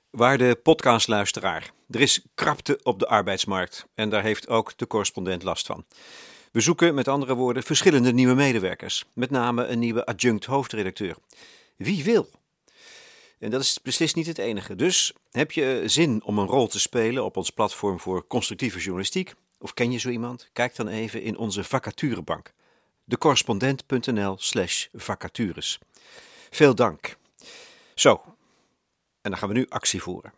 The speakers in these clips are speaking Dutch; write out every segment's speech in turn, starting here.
Waarde podcastluisteraar, er is krapte op de arbeidsmarkt en daar heeft ook de correspondent last van. We zoeken met andere woorden verschillende nieuwe medewerkers, met name een nieuwe adjunct hoofdredacteur. Wie wil? En dat is beslist niet het enige. Dus heb je zin om een rol te spelen op ons platform voor constructieve journalistiek? Of ken je zo iemand? Kijk dan even in onze vacaturebank. decorrespondent.nl/vacatures. Veel dank. Zo, en dan gaan we nu actie voeren.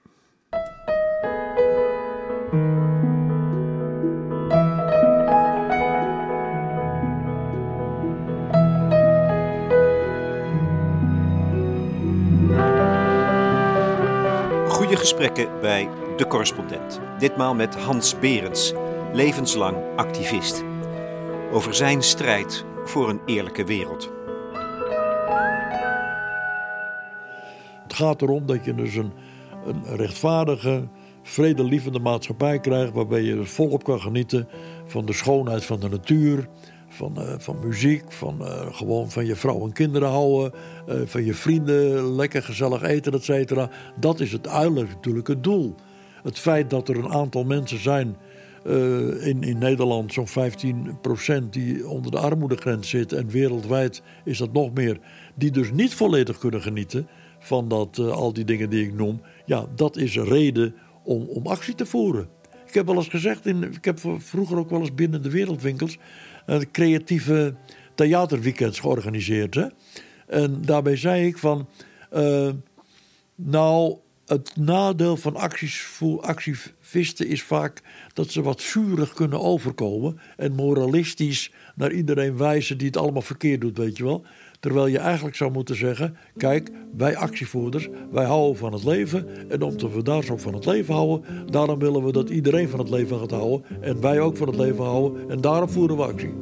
Goede gesprekken bij De Correspondent. Ditmaal met Hans Beerens, levenslang activist. Over zijn strijd voor een eerlijke wereld. Het gaat erom dat je dus een rechtvaardige, vredelievende maatschappij krijgt, waarbij je er volop kan genieten van de schoonheid van de natuur, van muziek, gewoon van je vrouw en kinderen houden, van je vrienden, lekker gezellig eten, et cetera. Dat is uiteindelijk natuurlijk het doel. Het feit dat er een aantal mensen zijn in Nederland, zo'n 15% die onder de armoedegrens zit, en wereldwijd is dat nog meer, die dus niet volledig kunnen genieten van al die dingen die ik noem. Ja, dat is een reden om actie te voeren. Ik heb wel eens gezegd, ik heb vroeger ook wel eens binnen de wereldwinkels creatieve theaterweekends georganiseerd. Hè? En daarbij zei ik van, het nadeel van activisten is vaak dat ze wat vurig kunnen overkomen en moralistisch naar iedereen wijzen die het allemaal verkeerd doet, weet je wel. Terwijl je eigenlijk zou moeten zeggen, kijk, wij actievoerders, wij houden van het leven. En omdat we daar zo van het leven houden, daarom willen we dat iedereen van het leven gaat houden. En wij ook van het leven houden. En daarom voeren we actie.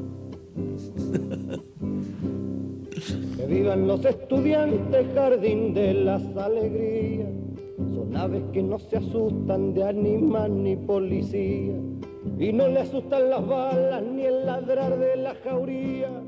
Que vivan los estudiantes, jardín de las alegrías. Son aves que no se asustan de animal ni policía. Y no le asustan las balas ni el ladrar de la jauría.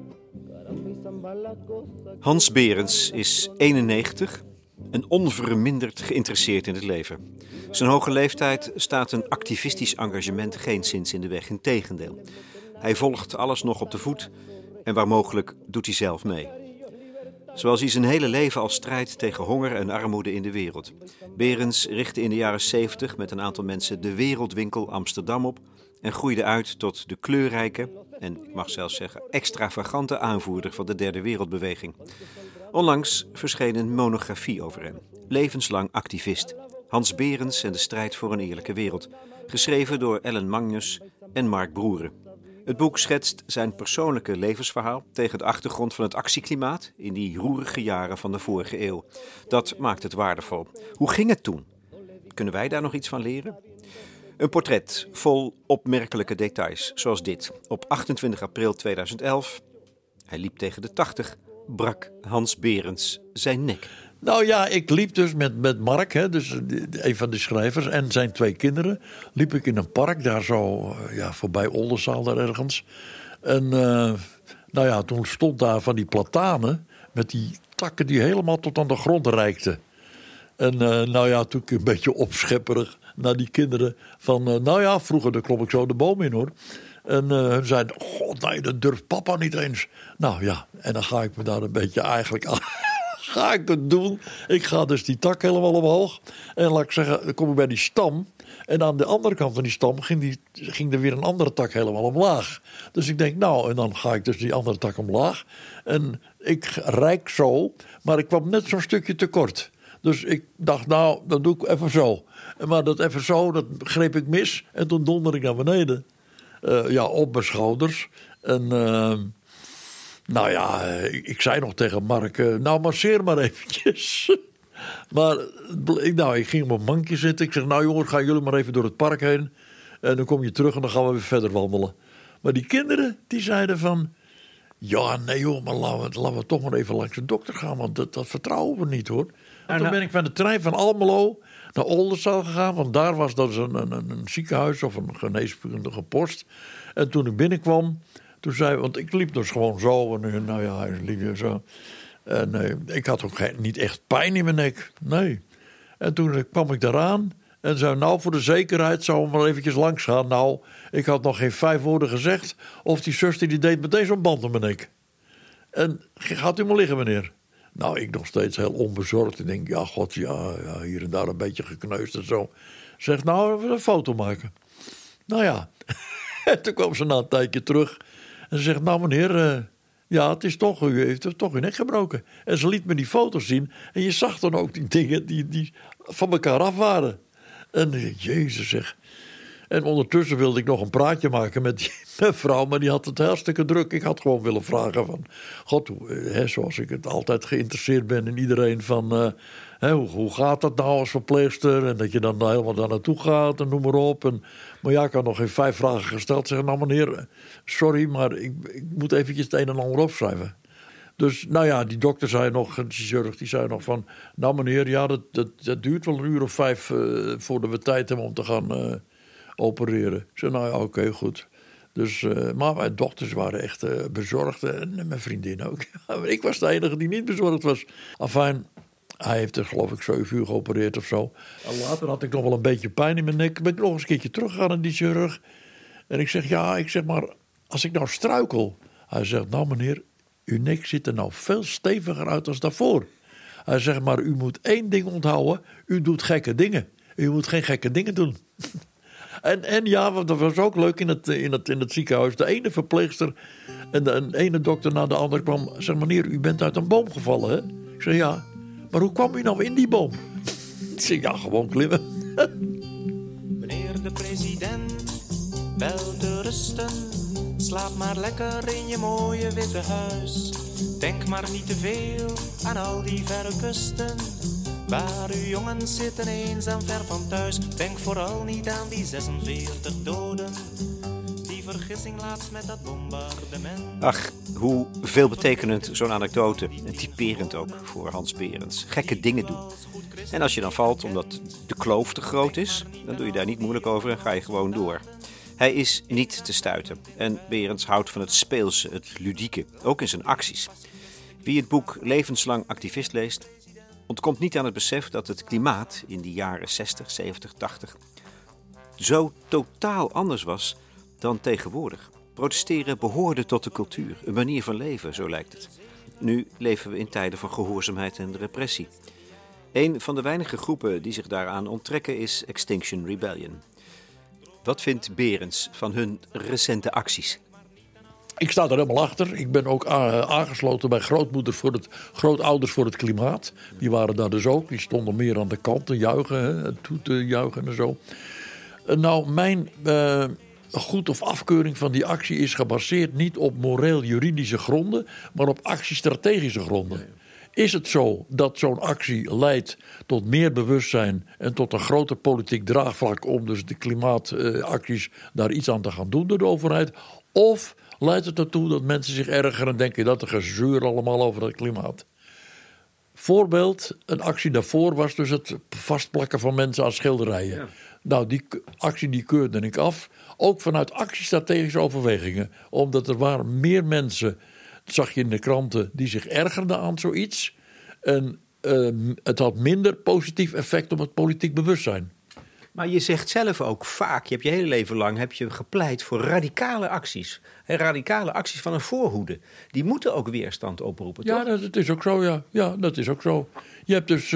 Hans Beerens is 91 en onverminderd geïnteresseerd in het leven. Zijn hoge leeftijd staat een activistisch engagement geenszins in de weg. Integendeel. Hij volgt alles nog op de voet en waar mogelijk doet hij zelf mee. Zoals hij zijn hele leven al strijdt tegen honger en armoede in de wereld. Beerens richtte in de jaren 70 met een aantal mensen de Wereldwinkel Amsterdam op en groeide uit tot de kleurrijke en, ik mag zelfs zeggen, extravagante aanvoerder van de derde wereldbeweging. Onlangs verscheen een monografie over hem. Levenslang activist. Hans Beerens en de strijd voor een eerlijke wereld. Geschreven door Ellen Magnus en Mark Broeren. Het boek schetst zijn persoonlijke levensverhaal tegen de achtergrond van het actieklimaat in die roerige jaren van de vorige eeuw. Dat maakt het waardevol. Hoe ging het toen? Kunnen wij daar nog iets van leren? Een portret vol opmerkelijke details, zoals dit. Op 28 april 2011, hij liep tegen de 80, brak Hans Beerens zijn nek. Nou ja, ik liep dus met Mark, hè, dus een van de schrijvers, en zijn 2 kinderen. Liep ik in een park, daar zo voorbij Oldenzaal daar ergens. En toen stond daar van die platanen met die takken die helemaal tot aan de grond reikten. En toen ik een beetje opschepperig naar die kinderen van, vroeger klom ik zo de boom in, hoor. En hun zeiden, god nee, dat durft papa niet eens. Nou ja, en dan ga ik me daar een beetje eigenlijk aan. Ga ik het doen? Ik ga dus die tak helemaal omhoog. En laat ik zeggen, dan kom ik bij die stam. En aan de andere kant van die stam ging er weer een andere tak helemaal omlaag. Dus ik denk, en dan ga ik dus die andere tak omlaag. En ik reik zo, maar ik kwam net zo'n stukje tekort. Dus ik dacht, dan doe ik even zo. Maar dat even zo, dat greep ik mis. En toen donderde ik naar beneden. Op mijn schouders. En ik zei nog tegen Mark, masseer maar eventjes. Maar ik ging op mijn bankje zitten. Ik zeg, jongens, gaan jullie maar even door het park heen. En dan kom je terug en dan gaan we weer verder wandelen. Maar die kinderen, die zeiden van, ja, nee joh, maar laten we toch maar even langs de dokter gaan. Want dat vertrouwen we niet, hoor. En toen ben ik van de trein van Almelo naar Oldenzaal gegaan. Want daar was dus een ziekenhuis of een geneeskundige post. En toen ik binnenkwam, toen zei, want ik liep dus gewoon zo. En hij liep zo. En ik had ook niet echt pijn in mijn nek. Nee. En toen kwam ik eraan en zei, nou, voor de zekerheid zou we maar eventjes langs gaan. Nou, ik had nog geen 5 woorden gezegd of die zuster die deed meteen zo'n band om mijn nek. En gaat u maar liggen, meneer. Nou, ik nog steeds heel onbezorgd. Ik denk, ja, god, ja, hier en daar een beetje gekneusd en zo. Zeg, nou, even een foto maken. Nou ja, en toen kwam ze na een tijdje terug. En ze zegt, nou meneer, ja, het is toch, u heeft toch uw nek gebroken. En ze liet me die foto's zien. En je zag dan ook die dingen die van elkaar af waren. En jezus zeg. En ondertussen wilde ik nog een praatje maken met die mevrouw, maar die had het hartstikke druk. Ik had gewoon willen vragen van, god, zoals ik het altijd geïnteresseerd ben in iedereen van, hoe gaat dat nou als verpleegster? En dat je dan helemaal daar naartoe gaat en noem maar op. Maar ja, ik had nog geen 5 vragen gesteld. Zeggen, nou meneer, sorry, maar ik moet eventjes het een en ander opschrijven. Dus nou ja, die dokter zei nog, de chirurg die zei nog van, nou meneer, ja, dat duurt wel 1 uur of 5 voordat we tijd hebben om te gaan opereren. Ik zei, nou ja, oké, goed. Dus, maar mijn dochters waren echt bezorgd en mijn vriendin ook. Ik was de enige die niet bezorgd was. Afijn, hij heeft er geloof ik 7 uur geopereerd of zo. En later had ik nog wel een beetje pijn in mijn nek. Ben ik nog eens een keertje teruggegaan naar die chirurg. En ik zeg, ja, maar als ik nou struikel. Hij zegt, nou meneer, uw nek ziet er nou veel steviger uit als daarvoor. Hij zegt, maar u moet 1 ding onthouden. U doet gekke dingen. U moet geen gekke dingen doen. En ja, dat was ook leuk in het ziekenhuis. De ene verpleegster en de ene dokter na de andere kwam. Zeg, meneer, u bent uit een boom gevallen, hè? Ik zeg, ja. Maar hoe kwam u nou in die boom? Ik zeg, ja, gewoon klimmen. Meneer de president, wel te rusten. Slaap maar lekker in je mooie witte huis. Denk maar niet te veel aan al die verre kusten. Waar uw jongens zitten eenzaam ver van thuis. Denk vooral niet aan die 46 doden. Die vergissing laatst met dat bombardement. Ach, hoe veelbetekenend zo'n anekdote. En typerend ook voor Hans Beerens. Gekke dingen doen. En als je dan valt omdat de kloof te groot is, dan doe je daar niet moeilijk over en ga je gewoon door. Hij is niet te stuiten. En Beerens houdt van het speelse, het ludieke. Ook in zijn acties. Wie het boek Levenslang Activist leest, ontkomt niet aan het besef dat het klimaat in die jaren 60, 70, 80 zo totaal anders was dan tegenwoordig. Protesteren behoorde tot de cultuur, een manier van leven, zo lijkt het. Nu leven we in tijden van gehoorzaamheid en repressie. Een van de weinige groepen die zich daaraan onttrekken is Extinction Rebellion. Wat vindt Beerens van hun recente acties? Ik sta er helemaal achter. Ik ben ook aangesloten bij grootouders voor het klimaat. Die waren daar dus ook. Die stonden meer aan de kant te juichen, toe te juichen en zo. Nou, mijn goed of afkeuring van die actie is gebaseerd niet op moreel-juridische gronden, maar op actiestrategische gronden. Is het zo dat zo'n actie leidt tot meer bewustzijn en tot een groter politiek draagvlak om dus de klimaatacties daar iets aan te gaan doen door de overheid? Of leidt het ertoe dat mensen zich ergeren en denken dat er gezeur allemaal over het klimaat? Voorbeeld, een actie daarvoor was dus het vastplakken van mensen aan schilderijen. Ja. Nou, die actie die keurde ik af. Ook vanuit actiestrategische overwegingen. Omdat er waren meer mensen, dat zag je in de kranten, die zich ergerden aan zoiets. En het had minder positief effect op het politiek bewustzijn. Maar je zegt zelf ook vaak, je hebt je hele leven lang gepleit voor radicale acties. En radicale acties van een voorhoede. Die moeten ook weerstand oproepen, toch? Ja, dat is ook zo, ja. Ja, dat is ook zo. Je hebt dus,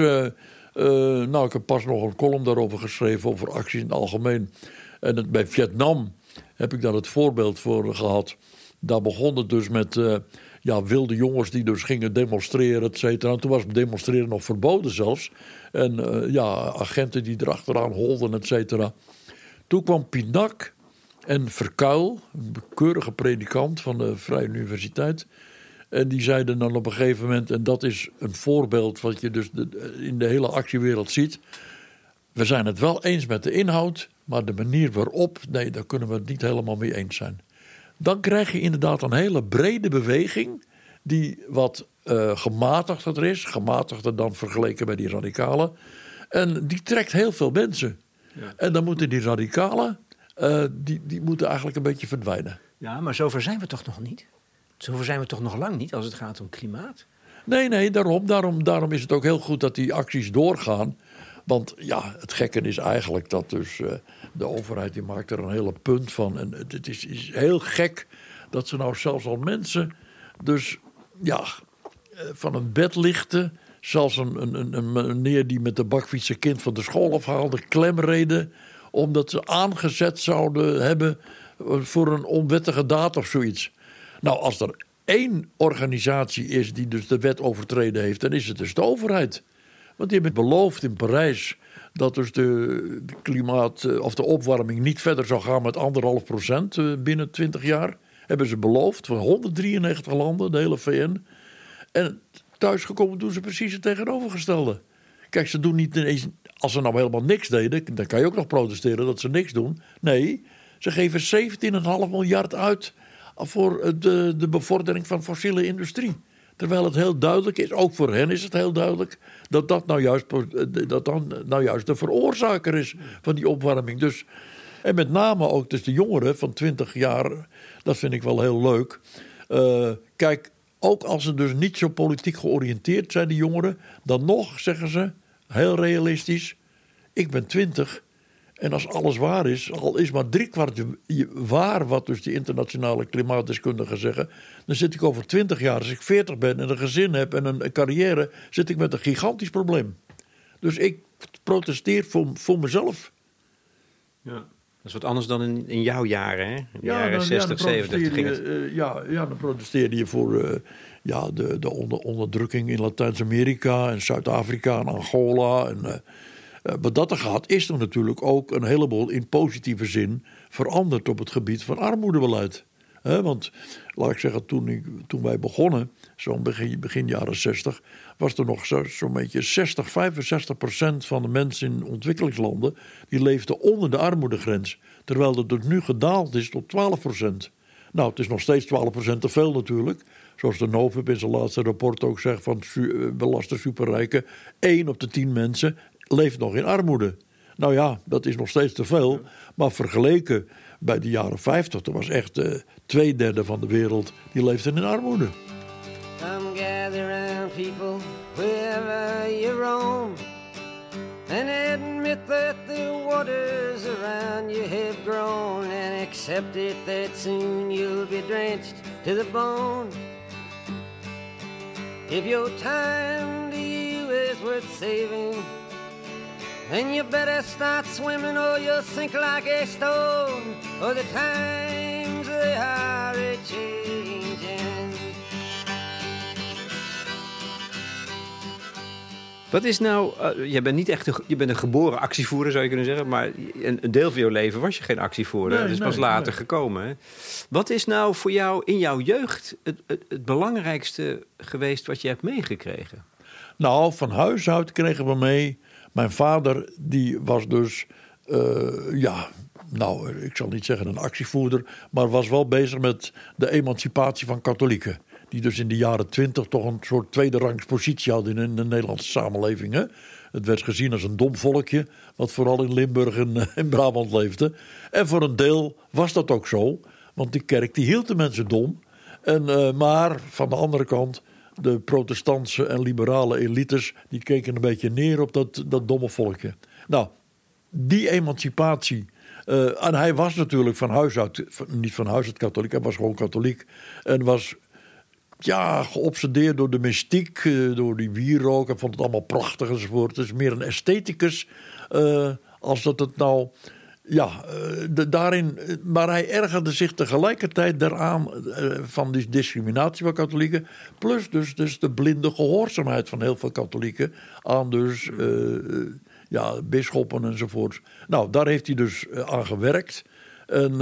ik heb pas nog een column daarover geschreven, over acties in het algemeen. En bij Vietnam heb ik daar het voorbeeld voor gehad. Daar begon het dus met wilde jongens die dus gingen demonstreren, et cetera. En toen was demonstreren nog verboden zelfs. En agenten die erachteraan holden, et cetera. Toen kwam Pinac en Verkuil, een keurige predikant van de Vrije Universiteit. En die zeiden dan op een gegeven moment, en dat is een voorbeeld wat je dus in de hele actiewereld ziet. We zijn het wel eens met de inhoud, maar de manier waarop, nee, daar kunnen we het niet helemaal mee eens zijn. Dan krijg je inderdaad een hele brede beweging die wat gematigder is. Gematigder dan vergeleken bij die radicalen. En die trekt heel veel mensen. Ja. En dan moeten die radicalen, die moeten eigenlijk een beetje verdwijnen. Ja, maar zover zijn we toch nog niet? Zover zijn we toch nog lang niet als het gaat om klimaat? Nee, daarom is het ook heel goed dat die acties doorgaan. Want ja, het gekke is eigenlijk dat dus de overheid die maakt er een hele punt van. En het is heel gek dat ze nou zelfs al mensen dus ja, van het bed lichten. Zelfs een meneer die met de bakfiets zijn kind van de school afhaalde, klemreden, omdat ze aangezet zouden hebben voor een onwettige daad of zoiets. Nou, als er één organisatie is die dus de wet overtreden heeft, dan is het dus de overheid. Want die hebben beloofd in Parijs dat dus de klimaat of de opwarming niet verder zou gaan met 1,5% binnen 20 jaar. Hebben ze beloofd van 193 landen, de hele VN. En thuisgekomen doen ze precies het tegenovergestelde. Kijk, ze doen niet ineens, als ze nou helemaal niks deden, dan kan je ook nog protesteren dat ze niks doen. Nee, ze geven 17,5 miljard uit voor de bevordering van fossiele industrie. Terwijl het heel duidelijk is, ook voor hen is het heel duidelijk, dat dan nou juist de veroorzaker is van die opwarming. Dus, en met name ook dus de jongeren van 20 jaar, dat vind ik wel heel leuk. Kijk, ook als ze dus niet zo politiek georiënteerd zijn, die jongeren, dan nog zeggen ze, heel realistisch, ik ben 20 en als alles waar is, al is maar 3/4 waar wat dus die internationale klimaatdeskundigen zeggen, dan zit ik over 20 jaar, als ik 40 ben en een gezin heb en een carrière, zit ik met een gigantisch probleem. Dus ik protesteer voor mezelf. Ja. Dat is wat anders dan in jouw jaren, hè? In de jaren 60, 70 ging het. Dan protesteerde je voor de onderdrukking in Latijns-Amerika en Zuid-Afrika en Angola. En wat dat er gaat, is er natuurlijk ook een heleboel in positieve zin veranderd op het gebied van armoedebeleid. Want, laat ik zeggen, toen wij begonnen, zo'n begin jaren 60, was er nog zo'n beetje 65% van de mensen in ontwikkelingslanden die leefden onder de armoedegrens. Terwijl het dus nu gedaald is tot 12%. Nou, het is nog steeds 12% te veel natuurlijk. Zoals de Novib in zijn laatste rapport ook zegt van belaste superrijken. 1 op de 10 mensen leeft nog in armoede. Nou ja, dat is nog steeds te veel. Maar vergeleken bij de jaren 50, er was echt 2/3 van de wereld die leefde in armoede. Come gather round people wherever you roam and admit that the waters around you have grown and accept it that soon you'll be drenched to the bone. If your time to you is worth saving, then you better start swimming or you'll sink like a stone, or the times they are a-changing. Wat is nou, je bent niet echt je bent een geboren actievoerder, zou je kunnen zeggen, maar een deel van je leven was je geen actievoerder. Dat is pas later gekomen. Hè? Wat is nou voor jou in jouw jeugd het belangrijkste geweest wat je hebt meegekregen? Nou, van huis uit kregen we mee. Mijn vader, die was dus, ik zal niet zeggen een actievoerder, maar was wel bezig met de emancipatie van katholieken. Die dus in de jaren 20 toch een soort tweederangs positie hadden in de Nederlandse samenleving. Hè? Het werd gezien als een dom volkje, wat vooral in Limburg en Brabant leefde. En voor een deel was dat ook zo, want die kerk die hield de mensen dom. Maar van de andere kant, de protestantse en liberale elites, die keken een beetje neer op dat domme volkje. Nou, die emancipatie. En hij was natuurlijk van huis uit, niet van huis uit katholiek, hij was gewoon katholiek. En was geobsedeerd door de mystiek, door die wierook. Hij vond het allemaal prachtig enzovoort. Het is meer een estheticus als dat het nou. Daarin. Maar hij ergerde zich tegelijkertijd daaraan van die discriminatie van katholieken. Plus dus de blinde gehoorzaamheid van heel veel katholieken aan dus bisschoppen enzovoort. Nou, daar heeft hij dus aan gewerkt. En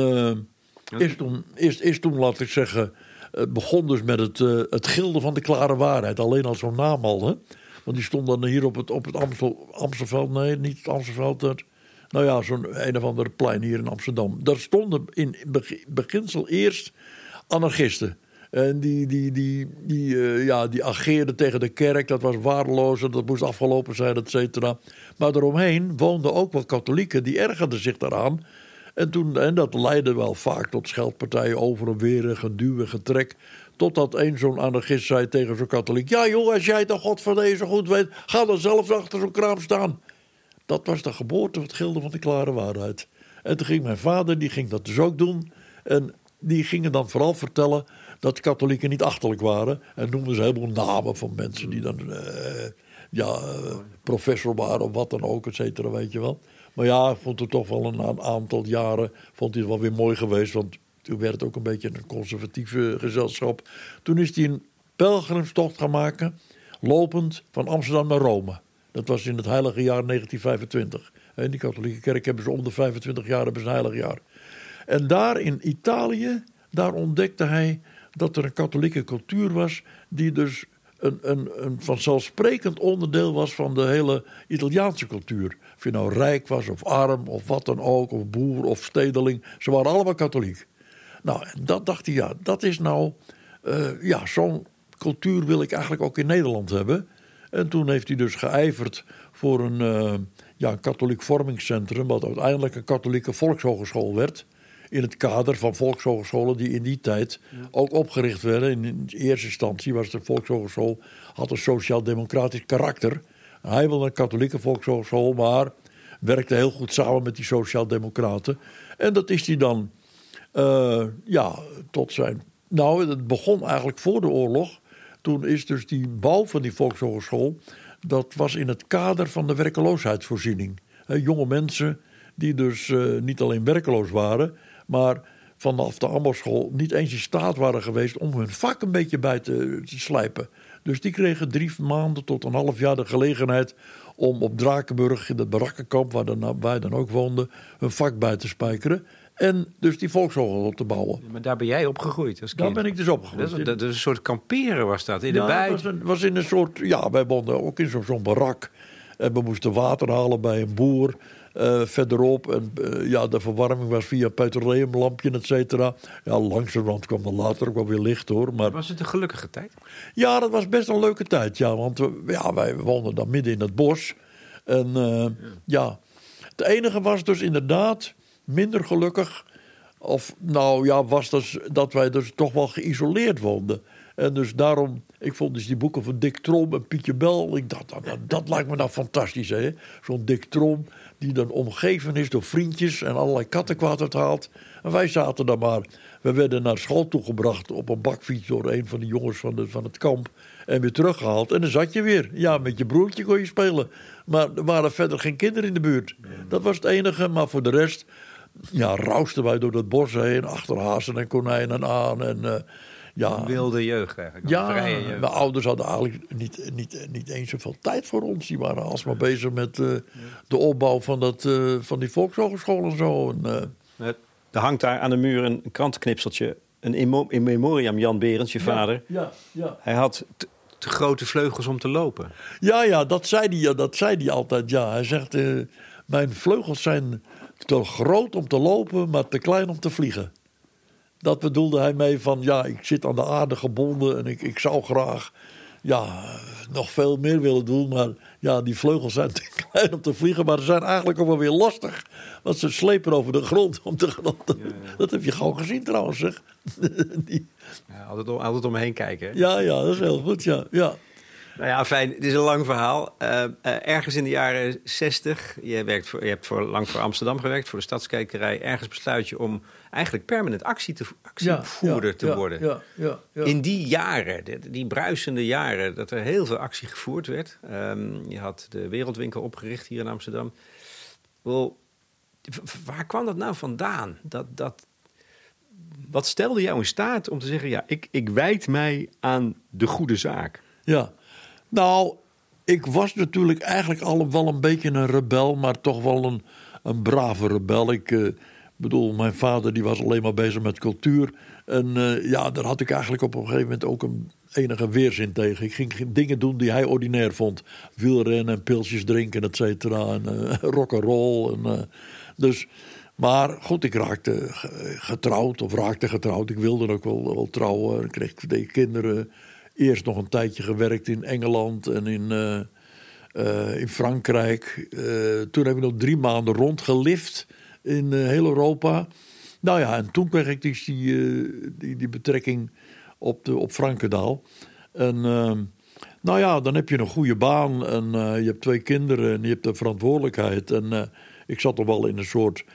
is toen, laat ik zeggen, het begon dus met het gilden van de klare waarheid. Alleen al zo'n naam al, hè? Want die stond dan hier op het Amstelveld. Nee, niet het Amstelveld. Zo'n een of ander plein hier in Amsterdam. Daar stonden in beginsel eerst anarchisten. En die ageerden tegen de kerk. Dat was waardeloos. Dat moest afgelopen zijn, et cetera. Maar daaromheen woonden ook wel katholieken. Die ergerden zich daaraan. En dat leidde wel vaak tot scheldpartijen over en weer, geduw en getrek. Totdat een zo'n anarchist zei tegen zo'n katholiek: ja joh, als jij het dan God van deze goed weet, ga dan zelf achter zo'n kraam staan. dat was de geboorte van het Gilde van de Klare Waarheid. En toen ging mijn vader, die ging dat dus ook doen. En die gingen dan vooral vertellen dat katholieken niet achterlijk waren. En noemden ze een heleboel namen van mensen die dan professor waren of wat dan ook, et cetera, weet je wel. Maar ja, ik vond het toch wel een aantal jaren, vond hij het wel weer mooi geweest. Want toen werd het ook een beetje een conservatieve gezelschap. Toen is hij een pelgrimstocht gaan maken, lopend van Amsterdam naar Rome. Dat was in het heilige jaar 1925. In die katholieke kerk hebben ze om de 25 jaar een heilig jaar. En daar in Italië, daar ontdekte hij dat er een katholieke cultuur was die dus een vanzelfsprekend onderdeel was van de hele Italiaanse cultuur. Of je nou rijk was of arm of wat dan ook, of boer of stedeling. Ze waren allemaal katholiek. Nou, en dat dacht hij, dat is nou, zo'n cultuur wil ik eigenlijk ook in Nederland hebben. En toen heeft hij dus geijverd voor een katholiek vormingscentrum, wat uiteindelijk een katholieke volkshogeschool werd. In het kader van volkshogescholen die in die tijd ook opgericht werden. In eerste instantie was de volkshogeschool, had een sociaal-democratisch karakter. Hij wilde een katholieke volkshogeschool, maar werkte heel goed samen met die sociaal-democraten. En dat is hij dan tot zijn... Nou, het begon eigenlijk voor de oorlog. Toen is dus die bouw van die volkshogeschool, dat was in het kader van de werkeloosheidsvoorziening. Jonge mensen die dus niet alleen werkeloos waren, maar vanaf de ambachtschool niet eens in staat waren geweest om hun vak een beetje bij te slijpen. Dus die kregen 3 maanden tot een half jaar de gelegenheid om op Drakenburg in het barakkenkamp, waar wij dan ook woonden, hun vak bij te spijkeren. En dus die volkshogeschool te bouwen. Maar daar ben jij opgegroeid als kind? Daar ben ik dus opgegroeid. Dat is een soort kamperen was dat, in de bij? Het was in een soort... Ja, wij woonden ook in zo'n barak. En we moesten water halen bij een boer verderop. En de verwarming was via een petroleumlampje, et cetera. Ja, langzamerhand kwam er later ook wel weer licht, hoor. Maar was het een gelukkige tijd? Ja, dat was best een leuke tijd, ja. Want wij woonden dan midden in het bos. En het enige was dus inderdaad minder gelukkig. Of was dus dat wij dus toch wel geïsoleerd woonden. En dus daarom, ik vond dus die boeken van Dick Trom en Pietje Bel. Ik dacht, dat lijkt me nou fantastisch, hè. Zo'n Dick Trom die dan omgeven is door vriendjes en allerlei kattenkwaad uithaalt. En wij zaten daar maar. We werden naar school toegebracht op een bakfiets door een van de jongens van het kamp. En weer teruggehaald. En dan zat je weer. Ja, met je broertje kon je spelen. Maar er waren verder geen kinderen in de buurt. Dat was het enige, maar voor de rest rausten wij door dat bos heen, achter hazen en konijnen aan. En een wilde jeugd eigenlijk. Ja, mijn ouders hadden eigenlijk niet eens zoveel tijd voor ons. Die waren alsmaar bezig met de opbouw van die volkshogeschool en zo. Er hangt daar aan de muur een krantenknipseltje. Een in memoriam Jan Berends, je vader. Ja. Hij had te grote vleugels om te lopen. Ja, dat zei hij altijd. Ja. Hij zegt, mijn vleugels zijn te groot om te lopen, maar te klein om te vliegen. Dat bedoelde hij mee van, ik zit aan de aarde gebonden en ik zou graag nog veel meer willen doen. Maar die vleugels zijn te klein om te vliegen, maar ze zijn eigenlijk ook wel weer lastig. Want ze slepen over de grond. Dat heb je gewoon gezien trouwens, zeg. Altijd om me heen kijken. Hè? Ja, dat is heel goed, ja. Nou ja, fijn. Het is een lang verhaal. Ergens in de jaren 60, je hebt lang voor Amsterdam gewerkt, voor de Stadskerkerij. Ergens besluit je om eigenlijk permanent actievoerder te worden. Ja. In die jaren, die bruisende jaren, dat er heel veel actie gevoerd werd. Je had de Wereldwinkel opgericht hier in Amsterdam. Waar kwam dat nou vandaan? Wat stelde jou in staat om te zeggen, ik wijd mij aan de goede zaak? Ja. Nou, ik was natuurlijk eigenlijk al wel een beetje een rebel, maar toch wel een brave rebel. Ik bedoel, mijn vader die was alleen maar bezig met cultuur. En daar had ik eigenlijk op een gegeven moment ook een enige weerzin tegen. Ik ging dingen doen die hij ordinair vond. Wielrennen en pilsjes drinken, et cetera. En rock'n'roll. Maar goed, ik raakte getrouwd. Ik wilde ook wel trouwen. Ik kreeg 2 kinderen. Eerst nog een tijdje gewerkt in Engeland en in Frankrijk. Toen heb ik nog 3 maanden rondgelift in heel Europa. En toen kreeg ik die betrekking op Frankendaal. En Nou ja, dan heb je een goede baan en je hebt 2 kinderen en je hebt een verantwoordelijkheid. En ik zat toch wel in een soort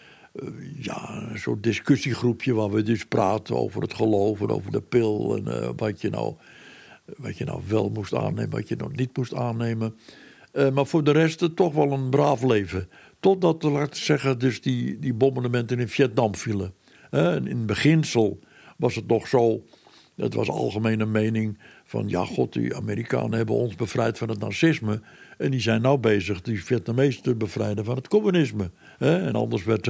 discussiegroepje waar we dus praten over het geloof en over de pil. En wat je nou wel moest aannemen, wat je nog niet moest aannemen. Maar voor de rest toch wel een braaf leven. Totdat, laten we zeggen, dus die bombardementen in Vietnam vielen. In beginsel was het nog zo, het was algemene mening van, ja god, die Amerikanen hebben ons bevrijd van het nazisme. En die zijn nou bezig die Vietnamezen te bevrijden van het communisme. En anders werd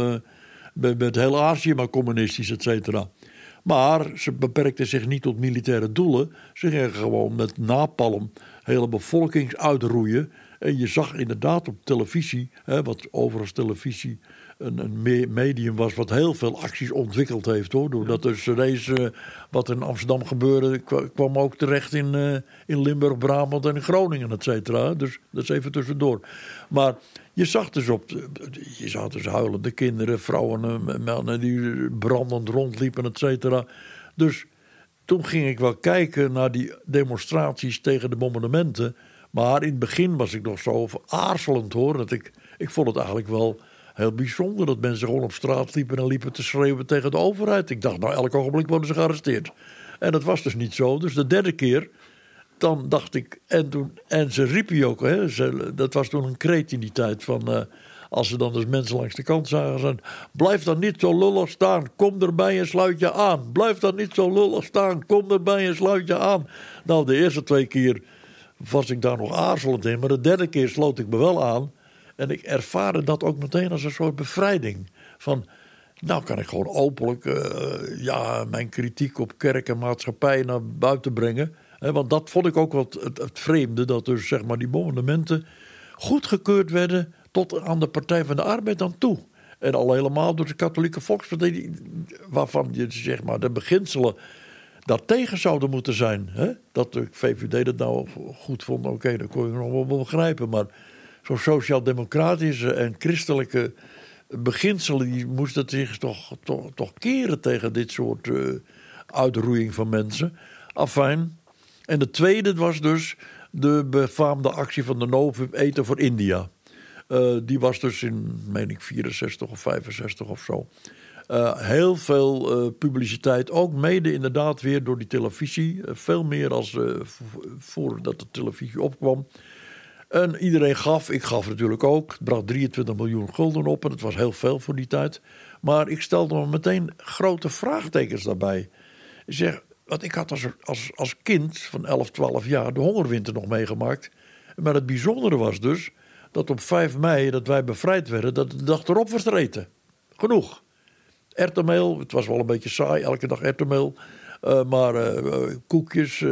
heel Azië maar communistisch, et cetera. Maar ze beperkten zich niet tot militaire doelen. Ze gingen gewoon met napalm hele bevolking uitroeien. En je zag inderdaad op televisie, wat overigens televisie een medium was wat heel veel acties ontwikkeld heeft, hoor. Doordat dus ineens wat in Amsterdam gebeurde, kwam ook terecht in Limburg, Brabant en Groningen, et cetera. Dus dat is even tussendoor. Maar je zag dus huilende kinderen, vrouwen, mannen die brandend rondliepen, et cetera. Dus toen ging ik wel kijken naar die demonstraties tegen de bombardementen. Maar in het begin was ik nog zo aarzelend, hoor. Dat ik vond het eigenlijk wel heel bijzonder dat mensen gewoon op straat liepen en liepen te schreeuwen tegen de overheid. Ik dacht, nou, elk ogenblik worden ze gearresteerd. En dat was dus niet zo. Dus de derde keer, dan dacht ik, en ze riepen je ook, dat was toen een kreet in die tijd van, als ze dan dus mensen langs de kant zagen, blijf dan niet zo lullig staan, kom erbij en sluit je aan. Blijf dan niet zo lullig staan, kom erbij en sluit je aan. Nou, de eerste 2 keer was ik daar nog aarzelend in, maar de derde keer sloot ik me wel aan. En ik ervaarde dat ook meteen als een soort bevrijding. Van, nou kan ik gewoon openlijk mijn kritiek op kerk en maatschappij naar buiten brengen. Want dat vond ik ook wat het vreemde. Dat dus zeg maar die bombardementen goedgekeurd werden tot aan de Partij van de Arbeid aan toe. En al helemaal door de katholieke volkspartij, waarvan je zeg maar de beginselen daartegen zouden moeten zijn. Dat de VVD dat nou goed vond, oké, dat kon je nog wel begrijpen. Maar zo'n sociaal-democratische en christelijke beginselen, die moesten zich toch keren tegen dit soort uitroeiing van mensen. Afijn. En de tweede was dus de befaamde actie van de Novum eten voor India. Die was dus in, meen ik, 64 of 65 of zo. Heel veel publiciteit, ook mede inderdaad weer door die televisie. Veel meer als voordat de televisie opkwam. En iedereen gaf, ik gaf natuurlijk ook. Het bracht 23 miljoen gulden op en dat was heel veel voor die tijd. Maar ik stelde me meteen grote vraagtekens daarbij. Ik zeg, want ik had als kind van 11, 12 jaar de hongerwinter nog meegemaakt. Maar het bijzondere was dus dat op 5 mei dat wij bevrijd werden, dat de dag erop was er eten. Genoeg. Erwtenmeel, het was wel een beetje saai, elke dag erwtenmeel. Maar koekjes,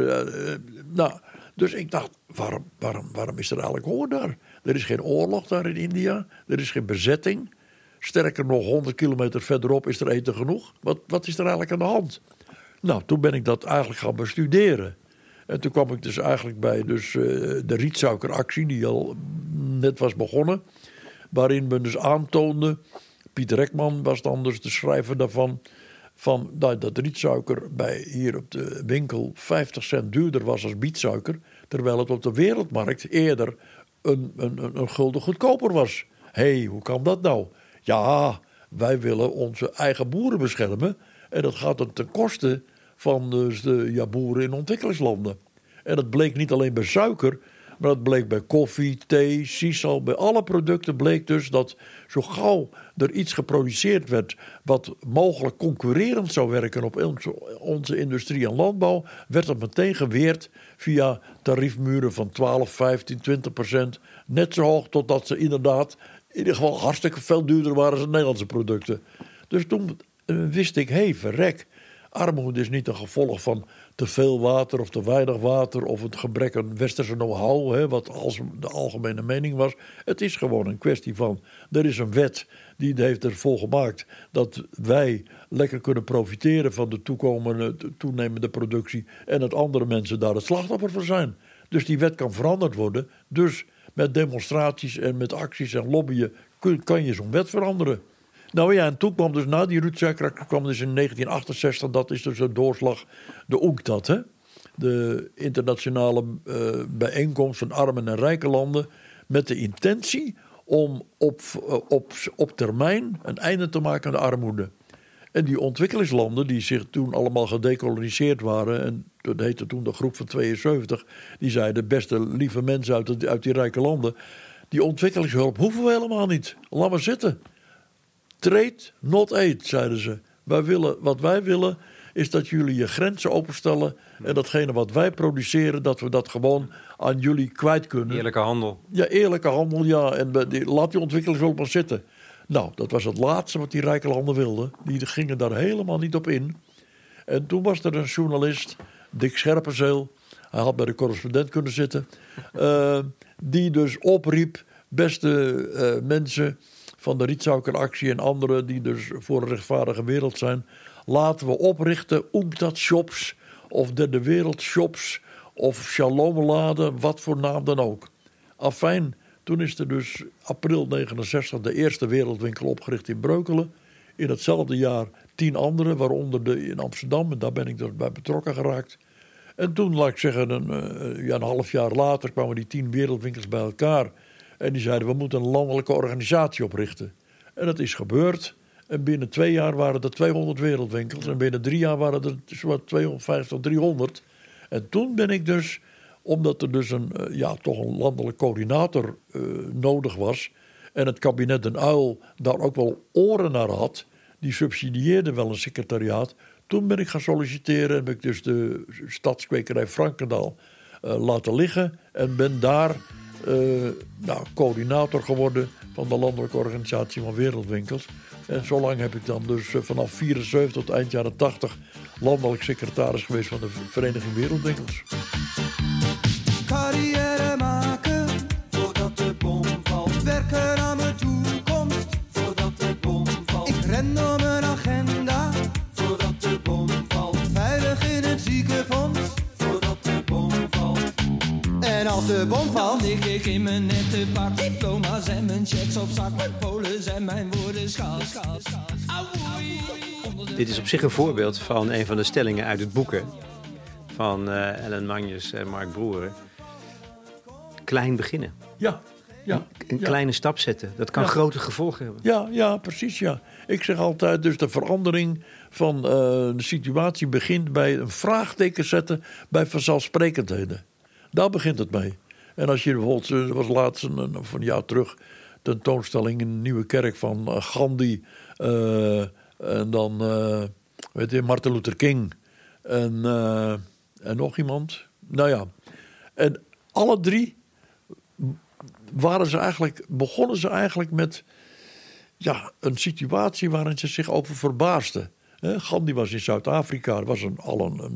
dus ik dacht, waarom is er eigenlijk honger daar? Er is geen oorlog daar in India. Er is geen bezetting. Sterker nog, 100 kilometer verderop is er eten genoeg. Wat is er eigenlijk aan de hand? Nou, toen ben ik dat eigenlijk gaan bestuderen. En toen kwam ik dus eigenlijk bij de rietsuikeractie, die al net was begonnen. Waarin men dus aantoonde, Piet Rekman was dan dus de schrijver daarvan, van dat rietsuiker hier op de winkel 50 cent duurder was als bietsuiker, terwijl het op de wereldmarkt eerder een gulden goedkoper was. Hoe kan dat nou? Ja, wij willen onze eigen boeren beschermen en dat gaat dan ten koste van dus de boeren in ontwikkelingslanden. En dat bleek niet alleen bij suiker, maar dat bleek bij koffie, thee, sisal. Bij alle producten bleek dus dat zo gauw er iets geproduceerd werd wat mogelijk concurrerend zou werken op onze industrie en landbouw, werd dat meteen geweerd via tariefmuren van 12, 15, 20%. Net zo hoog totdat ze inderdaad in ieder geval hartstikke veel duurder waren dan Nederlandse producten. Dus toen wist ik, verrek. Armoede is niet een gevolg van te veel water of te weinig water of het gebrek aan westerse know-how, wat als de algemene mening was. Het is gewoon een kwestie van, er is een wet die heeft ervoor gemaakt dat wij lekker kunnen profiteren van de toenemende productie en dat andere mensen daar het slachtoffer van zijn. Dus die wet kan veranderd worden. Dus met demonstraties en met acties en lobbyen kan je zo'n wet veranderen. Nou ja, en toen kwam dus na die rietsuiker kwam dus in 1968, dat is dus de doorslag, de UNCTAD, de internationale bijeenkomst van armen en rijke landen met de intentie om op termijn een einde te maken aan de armoede. En die ontwikkelingslanden die zich toen allemaal gedekoloniseerd waren, en dat heette toen de groep van 72, die zeiden: beste lieve mensen uit die rijke landen, die ontwikkelingshulp hoeven we helemaal niet. Laat maar zitten. Trade, not aid, zeiden ze. Wat wij willen is dat jullie je grenzen openstellen en datgene wat wij produceren, dat we dat gewoon aan jullie kwijt kunnen. Eerlijke handel. Ja, eerlijke handel, ja. En laat die ontwikkelingshulp maar zitten. Nou, dat was het laatste wat die rijke landen wilden. Die gingen daar helemaal niet op in. En toen was er een journalist, Dick Scherpenzeel, hij had bij de Correspondent kunnen zitten, die dus opriep: beste mensen van de Rietsuikeractie en anderen die dus voor een rechtvaardige wereld zijn, laten we oprichten UNCTAD shops of Derde Wereld shops of Shalomeladen, wat voor naam dan ook. Afijn, toen is er dus april 69 de eerste wereldwinkel opgericht in Breukelen. In hetzelfde jaar 10 andere, waaronder in Amsterdam, en daar ben ik dus bij betrokken geraakt. En toen, laat ik zeggen, een half jaar later kwamen die 10 wereldwinkels bij elkaar. En die zeiden: we moeten een landelijke organisatie oprichten. En dat is gebeurd. En binnen 2 jaar waren er 200 wereldwinkels. En binnen 3 jaar waren er zo'n 250, 300. En toen ben ik dus, omdat er dus toch een landelijk coördinator nodig was, en het kabinet Den Uyl daar ook wel oren naar had, die subsidieerde wel een secretariaat. Toen ben ik gaan solliciteren en heb ik dus de stadskwekerij Frankendaal laten liggen. En ben daar coördinator geworden van de landelijke organisatie van wereldwinkels. En zo lang heb ik dan dus vanaf 74 tot eind jaren 80 landelijk secretaris geweest van de Vereniging Wereldwinkels. Carrière maken voordat de bom valt. Werken aan mijn toekomst voordat de bom valt. Ik ren om mijn agenda voordat de bom valt. Veilig in het ziekenfonds voordat de bom valt. En als de bom valt, dan lig ik in mijn nette pak. Diploma's en mijn checks op zak. Mijn polen en mijn woorden schaal. Dit is op zich een voorbeeld van een van de stellingen uit het boek van Ellen Magnus en Mark Broeren. Klein beginnen. Ja. Een kleine stap zetten. Dat kan grote gevolgen hebben. Ja, precies, ja. Ik zeg altijd, dus de verandering van de situatie begint bij een vraagteken zetten bij vanzelfsprekendheden. Daar begint het mee. En als je bijvoorbeeld, er was laatst een jaar terug tentoonstelling in een Nieuwe Kerk van Gandhi, en dan Martin Luther King en nog iemand. Nou ja, en alle drie begonnen ze eigenlijk met een situatie waarin ze zich over verbaasden. Gandhi was in Zuid-Afrika, was al een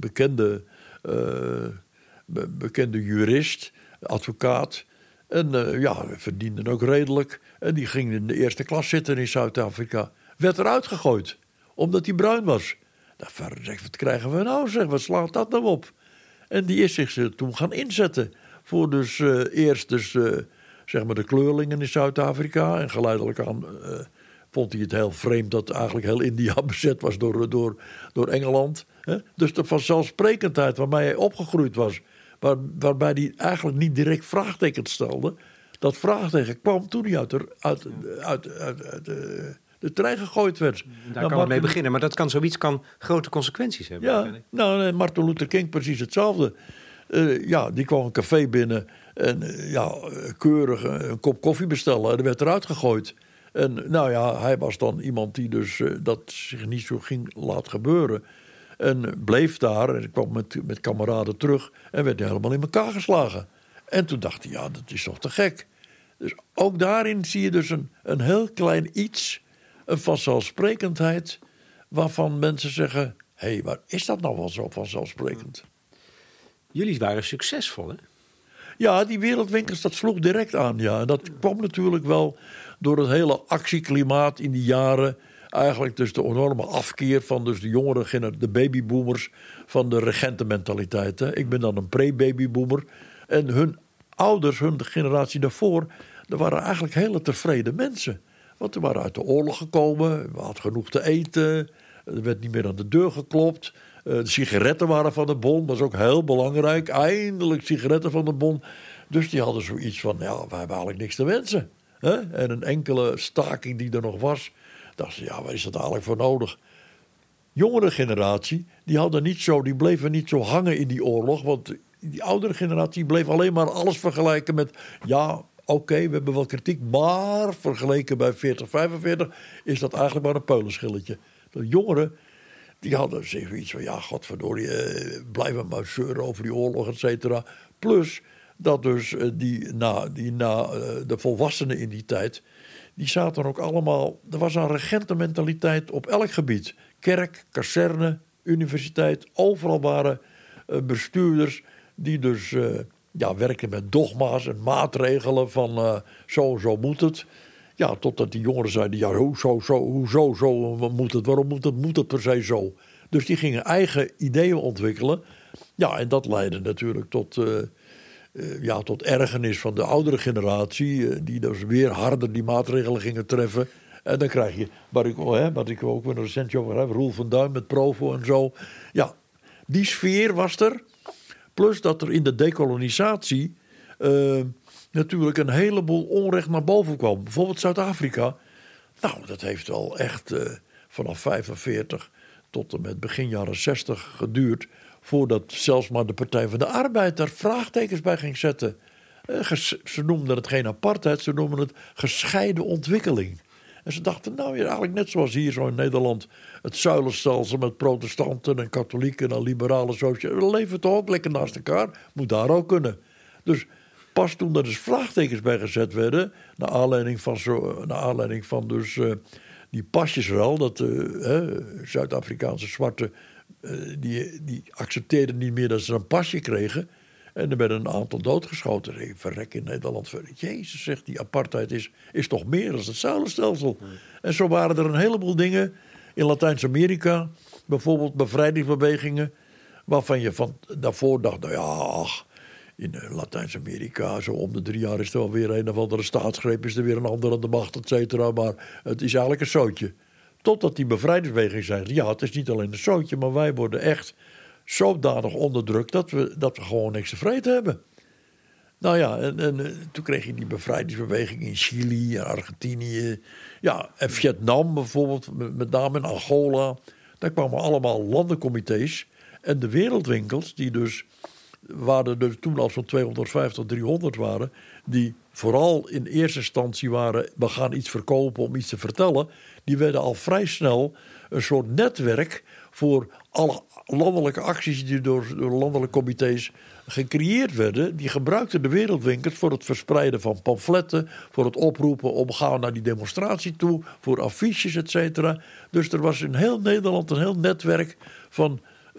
bekende jurist, advocaat. En verdiende ook redelijk. En die ging in de eerste klas zitten in Zuid-Afrika. Werd eruit gegooid, omdat hij bruin was. Nou, wat krijgen we nou, zeg, wat slaat dat nou op? En die is zich toen gaan inzetten voor dus eerst zeg maar de kleurlingen in Zuid-Afrika. En geleidelijk aan vond hij het heel vreemd dat eigenlijk heel India bezet was door Engeland. Dus de vanzelfsprekendheid waarmee hij opgegroeid was, waarbij hij eigenlijk niet direct vraagtekens stelde. Dat vraagteken kwam toen hij uit de trein gegooid werd. Daar kan het mee beginnen, maar zoiets kan grote consequenties hebben. Ja, Martin Luther King precies hetzelfde. Die kwam een café binnen en keurig een kop koffie bestellen. En er werd eruit gegooid. En hij was dan iemand die dus dat zich niet zo ging laten gebeuren. En bleef daar en kwam met kameraden terug en werd helemaal in elkaar geslagen. En toen dacht hij, dat is toch te gek. Dus ook daarin zie je dus een heel klein iets, een vanzelfsprekendheid, waarvan mensen zeggen, hé, maar is dat nou wel zo vanzelfsprekend? Jullie waren succesvol, hè? Ja, die wereldwinkels, dat sloeg direct aan, ja. En dat kwam natuurlijk wel door het hele actieklimaat in die jaren. Eigenlijk dus de enorme afkeer van dus de jongeren, de babyboomers, van de regentenmentaliteit. Hè. Ik ben dan een pre-babyboomer. En hun ouders, hun generatie daarvoor, dat waren eigenlijk hele tevreden mensen. Want ze waren uit de oorlog gekomen, we hadden genoeg te eten. Er werd niet meer aan de deur geklopt. De sigaretten waren van de Bon, dat was ook heel belangrijk. Eindelijk sigaretten van de Bon. Dus die hadden zoiets van, ja, we hebben eigenlijk niks te wensen. Hè? En een enkele staking die er nog was, dachten ze, ja, waar is dat eigenlijk voor nodig? Jongere generatie, die bleven niet zo hangen in die oorlog. Want die oudere generatie bleef alleen maar alles vergelijken met, ja, oké, we hebben wel kritiek, maar vergeleken bij 40, 45 is dat eigenlijk maar een peulenschilletje. De jongeren, die hadden zoiets van, ja, godverdorie, blijven maar zeuren over die oorlog, et cetera. Plus dat dus de volwassenen in die tijd, die zaten ook allemaal, er was een regentenmentaliteit op elk gebied. Kerk, kazerne, universiteit, overal waren bestuurders die dus werkten met dogma's en maatregelen van zo moet het. Ja, totdat die jongeren zeiden, ja, hoezo moet het? Waarom moet het per se zo? Dus die gingen eigen ideeën ontwikkelen. Ja, en dat leidde natuurlijk tot ergernis van de oudere generatie, die dus weer harder die maatregelen gingen treffen. En dan krijg je, wat ik ook weer een recentje over heb, Roel van Duin met Provo en zo. Ja, die sfeer was er. Plus dat er in de dekolonisatie natuurlijk een heleboel onrecht naar boven kwam. Bijvoorbeeld Zuid-Afrika. Nou, dat heeft wel echt vanaf 45 tot en met begin jaren 60 geduurd, voordat zelfs maar de Partij van de Arbeid daar vraagtekens bij ging zetten. Ze noemden het geen apartheid, ze noemden het gescheiden ontwikkeling. En ze dachten, nou, eigenlijk net zoals hier zo in Nederland, het zuilenstelsel met protestanten en katholieken en liberale socialen, we leven toch ook lekker naast elkaar, moet daar ook kunnen. Dus pas toen er dus vraagtekens bij gezet werden, naar aanleiding van dus die pasjesruil, dat Zuid-Afrikaanse zwarten, die accepteerden niet meer dat ze een pasje kregen. En er werden een aantal doodgeschoten. Verrek in Nederland. Jezus, zegt, die apartheid is toch meer dan het zuilenstelsel. En zo waren er een heleboel dingen in Latijns-Amerika. Bijvoorbeeld bevrijdingsbewegingen. Waarvan je daarvoor dacht, nou ja, in Latijns-Amerika, zo om de 3 jaar is er wel weer een of andere staatsgreep, is er weer een ander aan de macht, et cetera. Maar het is eigenlijk een zootje. Totdat die bevrijdingsbeweging zei, ja, het is niet alleen een zootje, maar wij worden echt zodanig onderdrukt dat we gewoon niks te vreten hebben. Nou ja, en toen kreeg je die bevrijdingsbeweging in Chili en Argentinië. Ja, en Vietnam bijvoorbeeld, met name in Angola. Daar kwamen allemaal landencomité's. En de wereldwinkels, die dus, waar er dus toen al zo'n 250, 300 waren, die vooral in eerste instantie waren, we gaan iets verkopen om iets te vertellen, die werden al vrij snel een soort netwerk voor alle landelijke acties die door landelijke comité's gecreëerd werden. Die gebruikten de wereldwinkels voor het verspreiden van pamfletten, voor het oproepen om gaan naar die demonstratie toe, voor affiches, et cetera. Dus er was in heel Nederland een heel netwerk van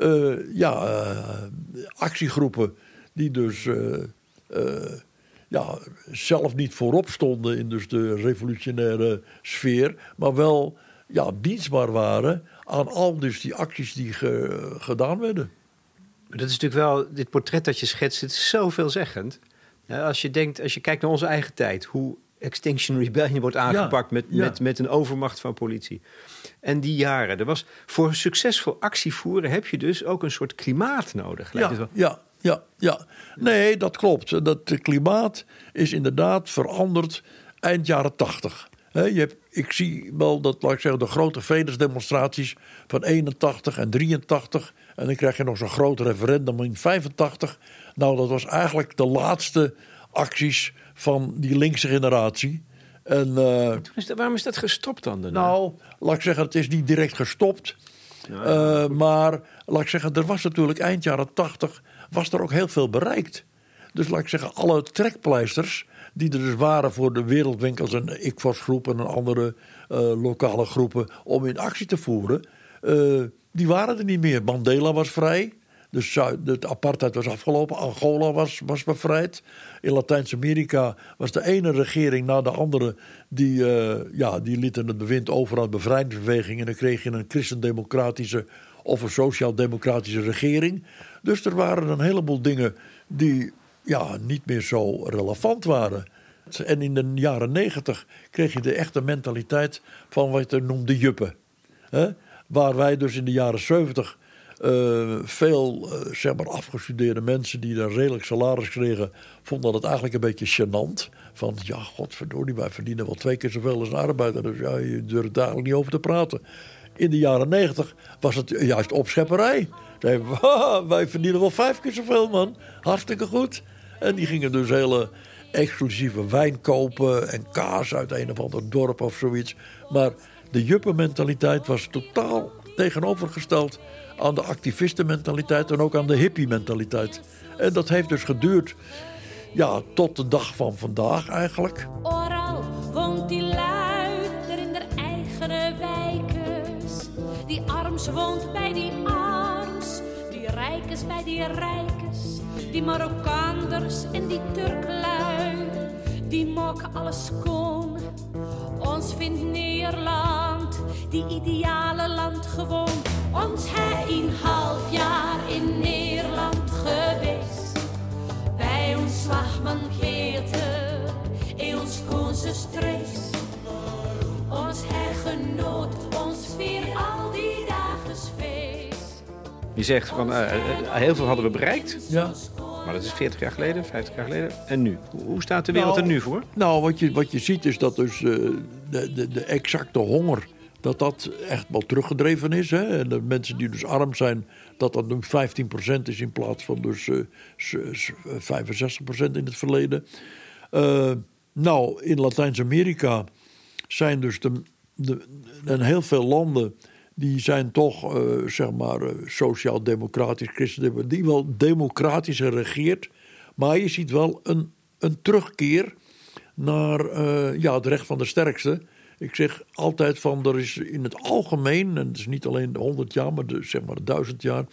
actiegroepen die dus zelf niet voorop stonden in dus de revolutionaire sfeer, maar wel dienstbaar waren aan al dus die acties die gedaan werden. Dat is natuurlijk wel, dit portret dat je schetst, het is zo veelzeggend. Als je kijkt naar onze eigen tijd, hoe Extinction Rebellion wordt aangepakt met een overmacht van politie. En die jaren, er was voor succesvol actievoeren heb je dus ook een soort klimaat nodig. Ja. Nee, dat klopt. Dat klimaat is inderdaad veranderd eind jaren 80. Ik zie wel dat, laat ik zeggen, de grote vredesdemonstraties van 81 en 83. En dan krijg je nog zo'n groot referendum in 85. Nou, dat was eigenlijk de laatste acties van die linkse generatie. En, waarom is dat gestopt dan? Nou, laat ik zeggen, het is niet direct gestopt. Maar laat ik zeggen, er was natuurlijk eind jaren 80 was er ook heel veel bereikt. Dus laat ik zeggen, alle trekpleisters die er dus waren voor de wereldwinkels en ICFOS-groepen en andere lokale groepen om in actie te voeren, die waren er niet meer. Mandela was vrij, dus de apartheid was afgelopen, Angola was bevrijd. In Latijns-Amerika was de ene regering na de andere die lieten het bewind over aan de bevrijdingsbeweging en dan kreeg je een christendemocratische of een sociaal-democratische regering. Dus er waren een heleboel dingen die niet meer zo relevant waren. En in de jaren 90 kreeg je de echte mentaliteit van wat je noemde juppen. Waar wij dus in de jaren 70 veel zeg maar afgestudeerde mensen die daar redelijk salaris kregen, vonden dat eigenlijk een beetje gênant. Van ja, godverdorie, wij verdienen wel 2 keer zoveel als een arbeider. Dus ja, je durft daar eigenlijk niet over te praten. In de jaren 90 was het juist opschepperij. Wij verdienen wel 5 keer zoveel, man. Hartstikke goed. En die gingen dus hele exclusieve wijn kopen en kaas uit een of ander dorp of zoiets. Maar de juppenmentaliteit was totaal tegenovergesteld aan de activistenmentaliteit en ook aan de hippie-mentaliteit. En dat heeft dus geduurd tot de dag van vandaag eigenlijk. Overal woont die luider in der eigen wijkes. Die arms woont bij die arms, die rijkes bij die rijkes. Die Marokkaanders en die Turklui, die mokken alles kon. Ons vindt Nederland, die ideale land gewoon. Ons hij 1,5 jaar in Nederland geweest. Bij ons slagman Geerte, in ons koense strees. Ons hij genoot, ons vier al die dagen feest. Je zegt van heel veel hadden we bereikt. Ja. Maar dat is 40 jaar geleden, 50 jaar geleden. En nu? Hoe staat de wereld er nu voor? Nou, wat je ziet is dat dus de exacte honger, dat echt wel teruggedreven is. Hè? En de mensen die dus arm zijn, dat nu 15% is in plaats van dus 65% in het verleden. In Latijns-Amerika zijn dus en heel veel landen die zijn toch, sociaal-democratisch, christendemocratisch, die wel democratisch geregeerd. Maar je ziet wel een terugkeer naar het recht van de sterkste. Ik zeg altijd van, er is in het algemeen, en het is niet alleen de 100 jaar, maar zeg maar de 1000 jaar,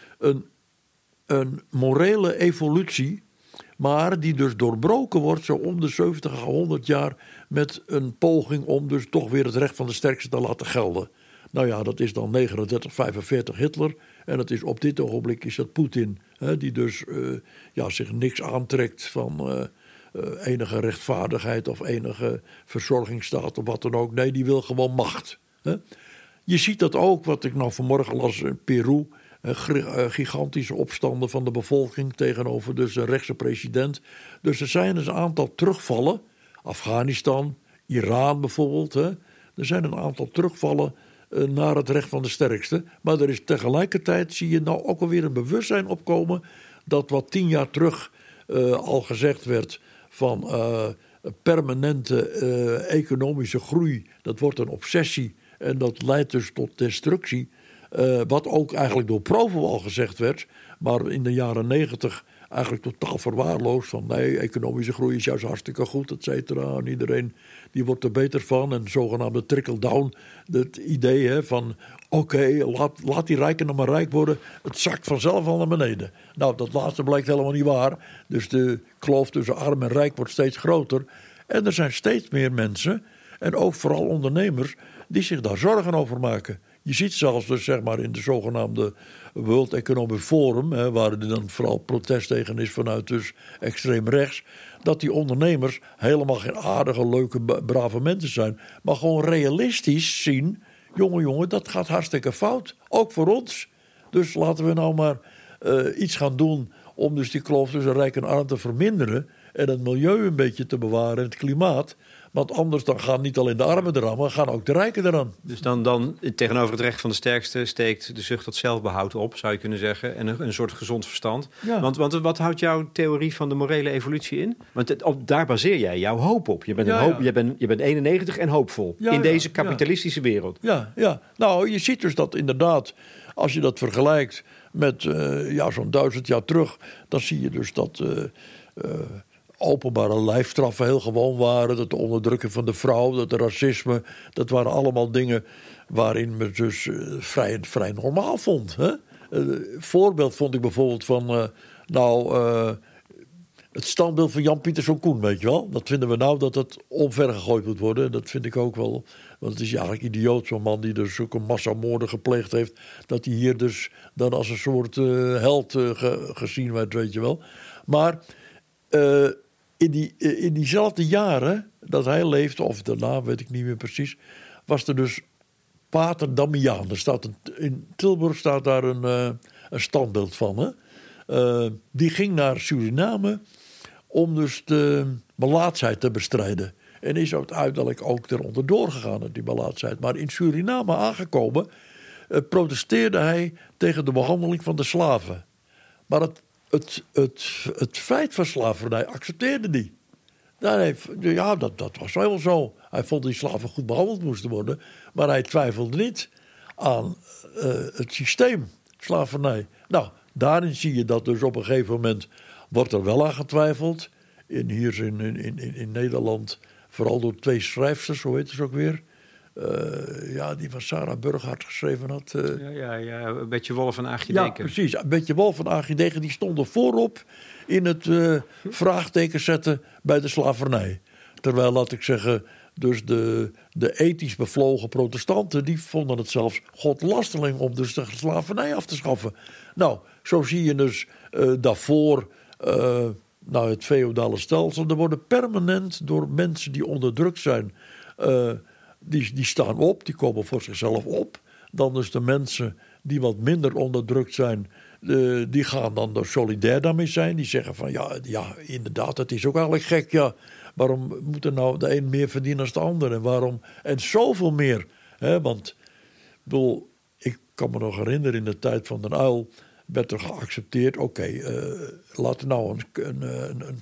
een morele evolutie, maar die dus doorbroken wordt zo om de 70 à 100 jaar met een poging om dus toch weer het recht van de sterkste te laten gelden. Nou ja, dat is dan 39, 45 Hitler. En dat is op dit ogenblik is dat Poetin. Die dus zich niks aantrekt van enige rechtvaardigheid of enige verzorgingsstaat of wat dan ook. Nee, die wil gewoon macht. Je ziet dat ook, wat ik nou vanmorgen las in Peru. Gigantische opstanden van de bevolking tegenover dus een rechtse president. Dus er zijn dus een aantal terugvallen. Afghanistan, Iran bijvoorbeeld. Er zijn een aantal terugvallen naar het recht van de sterkste. Maar er is tegelijkertijd, zie je nou ook alweer een bewustzijn opkomen dat wat 10 jaar terug al gezegd werd van permanente economische groei, dat wordt een obsessie en dat leidt dus tot destructie. Wat ook eigenlijk door Provo al gezegd werd, maar in de jaren 90 eigenlijk totaal verwaarloosd. Van nee, economische groei is juist hartstikke goed, et cetera. En iedereen die wordt er beter van. En zogenaamde trickle-down, het idee van oké, laat die rijken nog maar rijk worden. Het zakt vanzelf al naar beneden. Nou, dat laatste blijkt helemaal niet waar. Dus de kloof tussen arm en rijk wordt steeds groter. En er zijn steeds meer mensen, en ook vooral ondernemers, die zich daar zorgen over maken. Je ziet zelfs dus zeg maar in de zogenaamde World Economic Forum, waar er dan vooral protest tegen is vanuit dus extreem rechts, dat die ondernemers helemaal geen aardige, leuke, brave mensen zijn, maar gewoon realistisch zien, jongen, dat gaat hartstikke fout, ook voor ons. Dus laten we nou maar iets gaan doen om dus die kloof tussen rijk en arm te verminderen en het milieu een beetje te bewaren en het klimaat. Want anders dan gaan niet alleen de armen eraan, maar gaan ook de rijken eraan. Dus dan tegenover het recht van de sterkste steekt de zucht tot zelfbehoud op, zou je kunnen zeggen. En een soort gezond verstand. Ja. Want wat houdt jouw theorie van de morele evolutie in? Want daar baseer jij jouw hoop op. Je bent 91 en hoopvol in deze kapitalistische wereld. Ja. Nou, je ziet dus dat inderdaad, als je dat vergelijkt met zo'n 1000 jaar terug, dan zie je dus dat openbare lijfstraffen heel gewoon waren. Dat de onderdrukking van de vrouw, dat de racisme, dat waren allemaal dingen waarin men dus vrij normaal vond. Hè? Voorbeeld vond ik bijvoorbeeld van het standbeeld van Jan Pieterszoon Koen, weet je wel. Dat vinden we nou dat het omvergegooid moet worden. Dat vind ik ook wel. Want het is eigenlijk idioot, zo'n man die dus ook een massamoorden gepleegd heeft, dat hij hier dus dan als een soort held gezien werd, weet je wel. Maar in diezelfde jaren dat hij leefde, of daarna weet ik niet meer precies, was er dus Pater Damiaan. In Tilburg staat daar een standbeeld van. Hè? Die ging naar Suriname om dus de melaatsheid te bestrijden. En is uiteindelijk ook eronder doorgegaan, die melaatsheid. Maar in Suriname aangekomen protesteerde hij tegen de behandeling van de slaven. Maar het feit van slavernij accepteerde hij. Dat was wel zo. Hij vond die slaven goed behandeld moesten worden. Maar hij twijfelde niet aan het systeem slavernij. Nou, daarin zie je dat dus op een gegeven moment wordt er wel aan getwijfeld. Hier in Nederland, vooral door 2 schrijfsters, hoe heet ze ook weer? Die van Sarah Burghardt geschreven had. Betje Wolf en Aagje Deken. Ja, precies. Betje Wolf en Aagje Deken, die stonden voorop in het vraagteken zetten bij de slavernij. Terwijl, laat ik zeggen, dus de ethisch bevlogen protestanten, die vonden het zelfs godlasterling om dus de slavernij af te schaffen. Nou, zo zie je dus daarvoor het feodale stelsel. Er worden permanent door mensen die onderdrukt zijn, die staan op, die komen voor zichzelf op. Dan dus de mensen die wat minder onderdrukt zijn, die gaan dan er solidair daarmee zijn. Die zeggen van ja, inderdaad, het is ook eigenlijk gek. Ja, waarom moet er nou de een meer verdienen dan de ander? En waarom? En zoveel meer. Hè? Want ik kan me nog herinneren, in de tijd van Den Uyl werd er geaccepteerd. Laten we nou een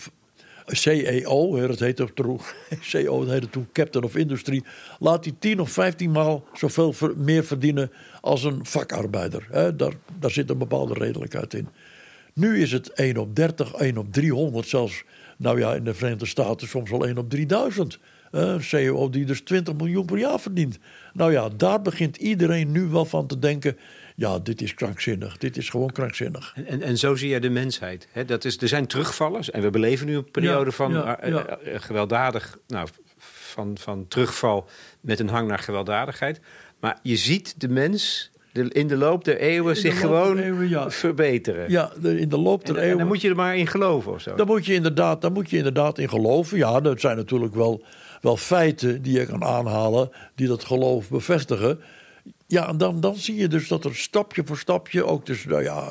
CEO, dat heette toen CEO, dat heette toen Captain of Industry. Laat die 10 of 15 maal zoveel meer verdienen als een vakarbeider. Daar zit een bepaalde redelijkheid in. Nu is het 1 op 30, 1 op 300 zelfs. In de Verenigde Staten soms wel 1 op 3000. Een CEO die dus 20 miljoen per jaar verdient. Daar begint iedereen nu wel van te denken. Ja, dit is krankzinnig. Dit is gewoon krankzinnig. En zo zie je de mensheid. Hè? Er zijn terugvallers. En we beleven nu een periode van gewelddadig... van terugval met een hang naar gewelddadigheid. Maar je ziet de mens in de loop der eeuwen zich gewoon verbeteren. Ja, in de loop der eeuwen. En dan moet je er maar in geloven of zo. Daar moet je inderdaad in geloven. Ja, dat zijn natuurlijk wel feiten die je kan aanhalen die dat geloof bevestigen. Ja, en dan zie je dus dat er stapje voor stapje ook dus,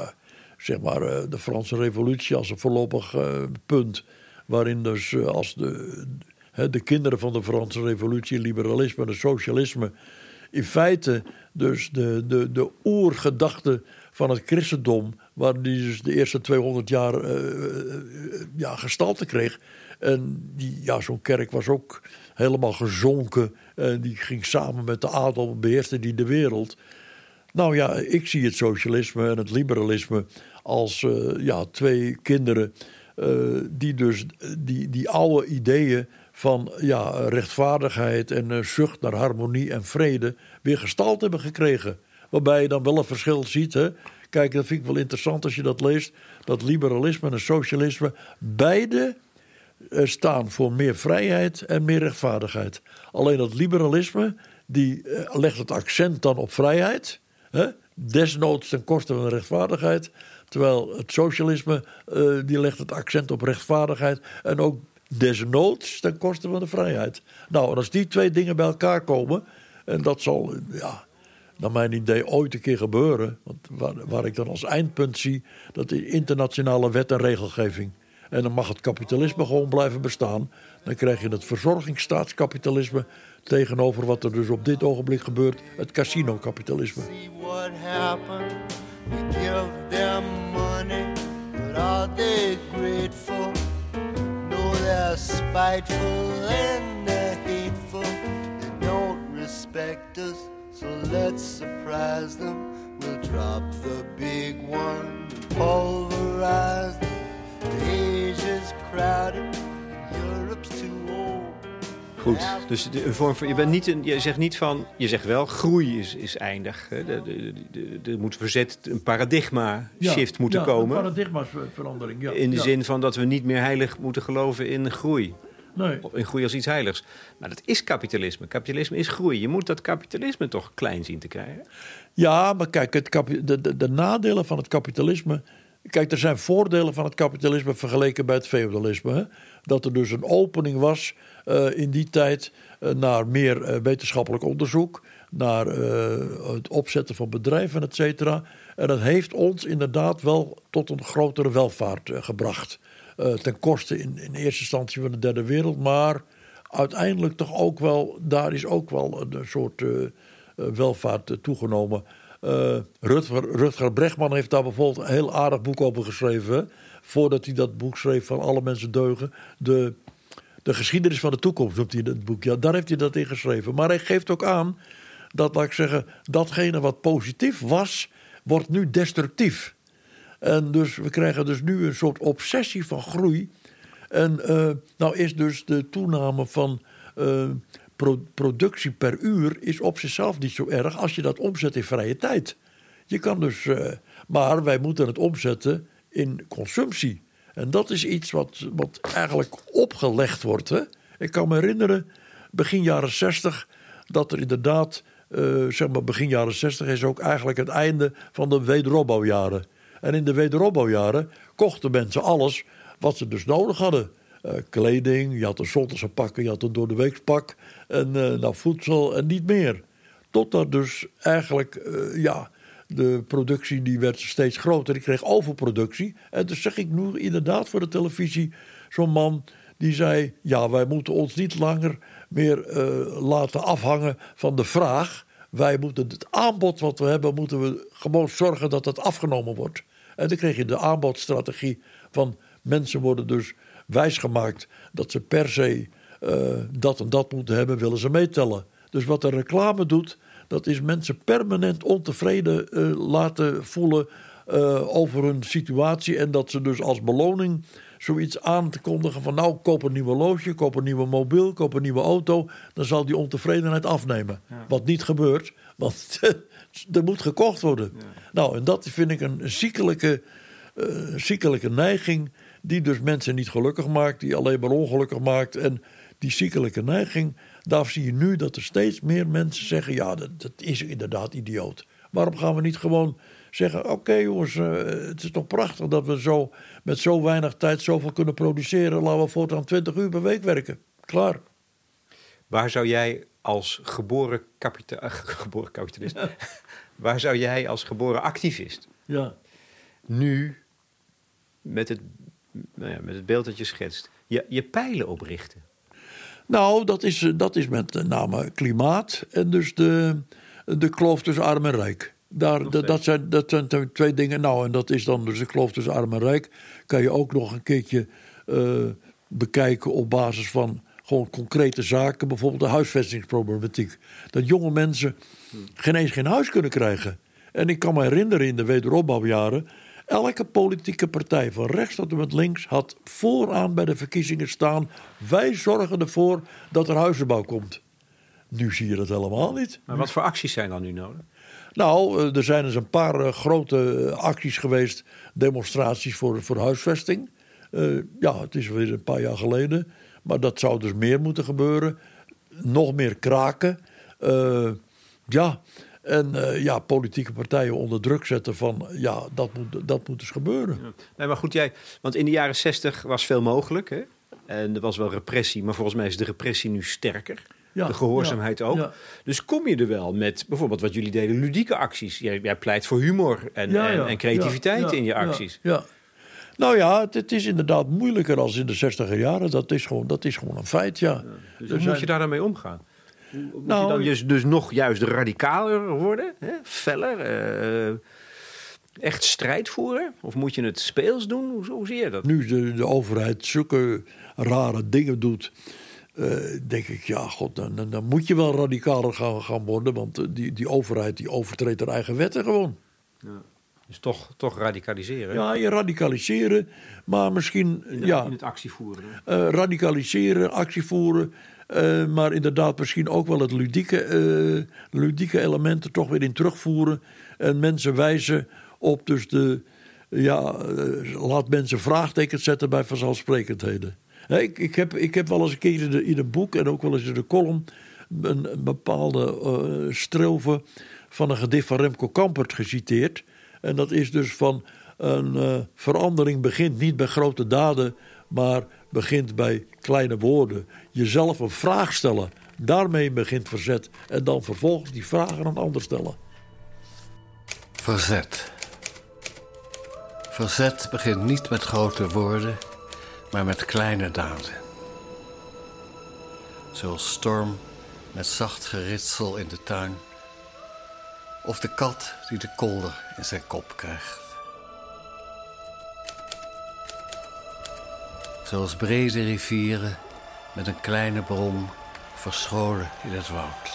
de Franse Revolutie als een voorlopig punt, waarin dus als de kinderen van de Franse Revolutie, liberalisme en socialisme, in feite dus de oergedachte van het christendom, waar die dus de eerste 200 jaar gestalte kreeg. En zo'n kerk was ook helemaal gezonken. En die ging samen met de adel, beheerste die de wereld. Ik zie het socialisme en het liberalisme als 2 kinderen die dus die oude ideeën van rechtvaardigheid en zucht naar harmonie en vrede weer gestalte hebben gekregen. Waarbij je dan wel een verschil ziet. Hè? Kijk, dat vind ik wel interessant als je dat leest. Dat liberalisme en socialisme beide staan voor meer vrijheid en meer rechtvaardigheid. Alleen dat liberalisme, die legt het accent dan op vrijheid. Hè? Desnoods ten koste van de rechtvaardigheid. Terwijl het socialisme, die legt het accent op rechtvaardigheid. En ook desnoods ten koste van de vrijheid. En als die 2 dingen bij elkaar komen, en dat zal naar mijn idee ooit een keer gebeuren. Want waar ik dan als eindpunt zie, dat de internationale wet en regelgeving. En dan mag het kapitalisme gewoon blijven bestaan. Dan krijg je het verzorgingsstaatskapitalisme tegenover wat er dus op dit ogenblik gebeurt, het casino-kapitalisme. See what happened? We give them money, but are they grateful? No, they're spiteful and they're hateful. They don't respect us, so let's surprise them. We'll drop the big one and pulverize them. Asia's crowded, Europe's too old. Goed, dus een vorm van, je zegt wel, groei is eindig. Er moet verzet, een paradigma shift moeten komen. Een paradigmaverandering, in de zin van dat we niet meer heilig moeten geloven in groei. Nee. In groei als iets heiligs. Maar dat is kapitalisme. Kapitalisme is groei. Je moet dat kapitalisme toch klein zien te krijgen. Ja, maar kijk, de nadelen van het kapitalisme. Kijk, er zijn voordelen van het kapitalisme vergeleken bij het feudalisme. Hè? dat er dus een opening was in die tijd naar meer wetenschappelijk onderzoek, naar het opzetten van bedrijven, et cetera. En dat heeft ons inderdaad wel tot een grotere welvaart gebracht. Ten koste in eerste instantie van de derde wereld, maar uiteindelijk toch ook wel, daar is ook wel een soort welvaart toegenomen. Rutger Bregman heeft daar bijvoorbeeld een heel aardig boek over geschreven. Hè? Voordat hij dat boek schreef van Alle Mensen Deugen. De geschiedenis van de toekomst noemt hij dat boek. Ja, daar heeft hij dat in geschreven. Maar hij geeft ook aan dat, laat ik zeggen, datgene wat positief was, wordt nu destructief. En dus we krijgen dus nu een soort obsessie van groei. En nou is dus de toename van productie per uur is op zichzelf niet zo erg als je dat omzet in vrije tijd. Je kan dus, maar wij moeten het omzetten in consumptie. En dat is iets wat eigenlijk opgelegd wordt. Hè? Ik kan me herinneren, begin jaren 60, dat er inderdaad, zeg maar begin jaren 60 is ook eigenlijk het einde van de wederopbouwjaren. En in de wederopbouwjaren kochten mensen alles wat ze dus nodig hadden. Kleding, je had een zonderse pakken, je had een doordeweekspak en voedsel en niet meer. Totdat dus eigenlijk, de productie die werd steeds groter. Ik kreeg overproductie. En dus zeg ik nu inderdaad voor de televisie zo'n man die zei, ja, wij moeten ons niet langer meer laten afhangen van de vraag. Wij moeten het aanbod wat we hebben, moeten we gewoon zorgen dat het afgenomen wordt. En dan kreeg je de aanbodstrategie van mensen worden dus wijsgemaakt dat ze per se dat en dat moeten hebben, willen ze meetellen. Dus wat de reclame doet, dat is mensen permanent ontevreden laten voelen over hun situatie. En dat ze dus als beloning zoiets aan te kondigen van nou, koop een nieuw horloge, koop een nieuwe mobiel, koop een nieuwe auto. Dan zal die ontevredenheid afnemen. Ja. Wat niet gebeurt, want er moet gekocht worden. Ja. Nou, en dat vind ik een ziekelijke neiging die dus mensen niet gelukkig maakt, die alleen maar ongelukkig maakt. En die ziekelijke neiging, daar zie je nu dat er steeds meer mensen zeggen, ja, dat is inderdaad idioot. Waarom gaan we niet gewoon zeggen, oké, jongens, het is toch prachtig dat we zo met zo weinig tijd zoveel kunnen produceren. Laten we voortaan 20 uur per week werken. Klaar. Waar zou jij als geboren kapitalist, waar zou jij als geboren activist nu met het beeld dat je schetst, je pijlen oprichten? Nou, dat is met name klimaat en dus de kloof tussen arm en rijk. Dat zijn twee dingen. Nou, en dat is dan dus de kloof tussen arm en rijk. Kan je ook nog een keertje bekijken op basis van gewoon concrete zaken. Bijvoorbeeld de huisvestingsproblematiek. Dat jonge mensen geen huis kunnen krijgen. En ik kan me herinneren in de wederopbouwjaren, elke politieke partij van rechts tot en met links had vooraan bij de verkiezingen staan, wij zorgen ervoor dat er huizenbouw komt. Nu zie je dat helemaal niet. Maar wat voor acties zijn dan nu nodig? Nou, er zijn dus een paar grote acties geweest, demonstraties voor huisvesting. Het is weer een paar jaar geleden, maar dat zou dus meer moeten gebeuren. Nog meer kraken. En politieke partijen onder druk zetten van, ja, dat moet dus gebeuren. Ja. Nee, maar goed, want in de jaren 60 was veel mogelijk, hè? En er was wel repressie, maar volgens mij is de repressie nu sterker. Ja, de gehoorzaamheid ook. Ja. Dus kom je er wel met bijvoorbeeld wat jullie deden, ludieke acties. Jij pleit voor humor en creativiteit in je acties. Ja. Nou ja, het is inderdaad moeilijker als in de 60er jaren. Dat is gewoon een feit, ja. Dus hoe moet je daar dan mee omgaan? Moet je dan dus nog juist radicaler worden? Hè? Feller? Echt strijd voeren? Of moet je het speels doen? Hoe zie je dat? Nu de overheid zulke rare dingen doet, denk ik, ja, god, dan moet je wel radicaler gaan worden. Want die overheid die overtreedt haar eigen wetten gewoon. Ja. Dus toch radicaliseren? Ja, je radicaliseren, maar misschien in het actievoeren. Radicaliseren, actievoeren. Maar inderdaad misschien ook wel het ludieke elementen toch weer in terugvoeren. En mensen wijzen op dus laat mensen vraagtekens zetten bij vanzelfsprekendheden. Ik heb wel eens een keer in een boek en ook wel eens in de column een bepaalde strofe van een gedicht van Remco Campert geciteerd. En dat is dus van een verandering begint niet bij grote daden, maar begint bij kleine woorden. Jezelf een vraag stellen. Daarmee begint verzet. En dan vervolgens die vraag aan een ander stellen. Verzet. Verzet begint niet met grote woorden, maar met kleine daden. Zoals storm met zacht geritsel in de tuin. Of de kat die de kolder in zijn kop krijgt. Zoals brede rivieren met een kleine bron verscholen in het woud.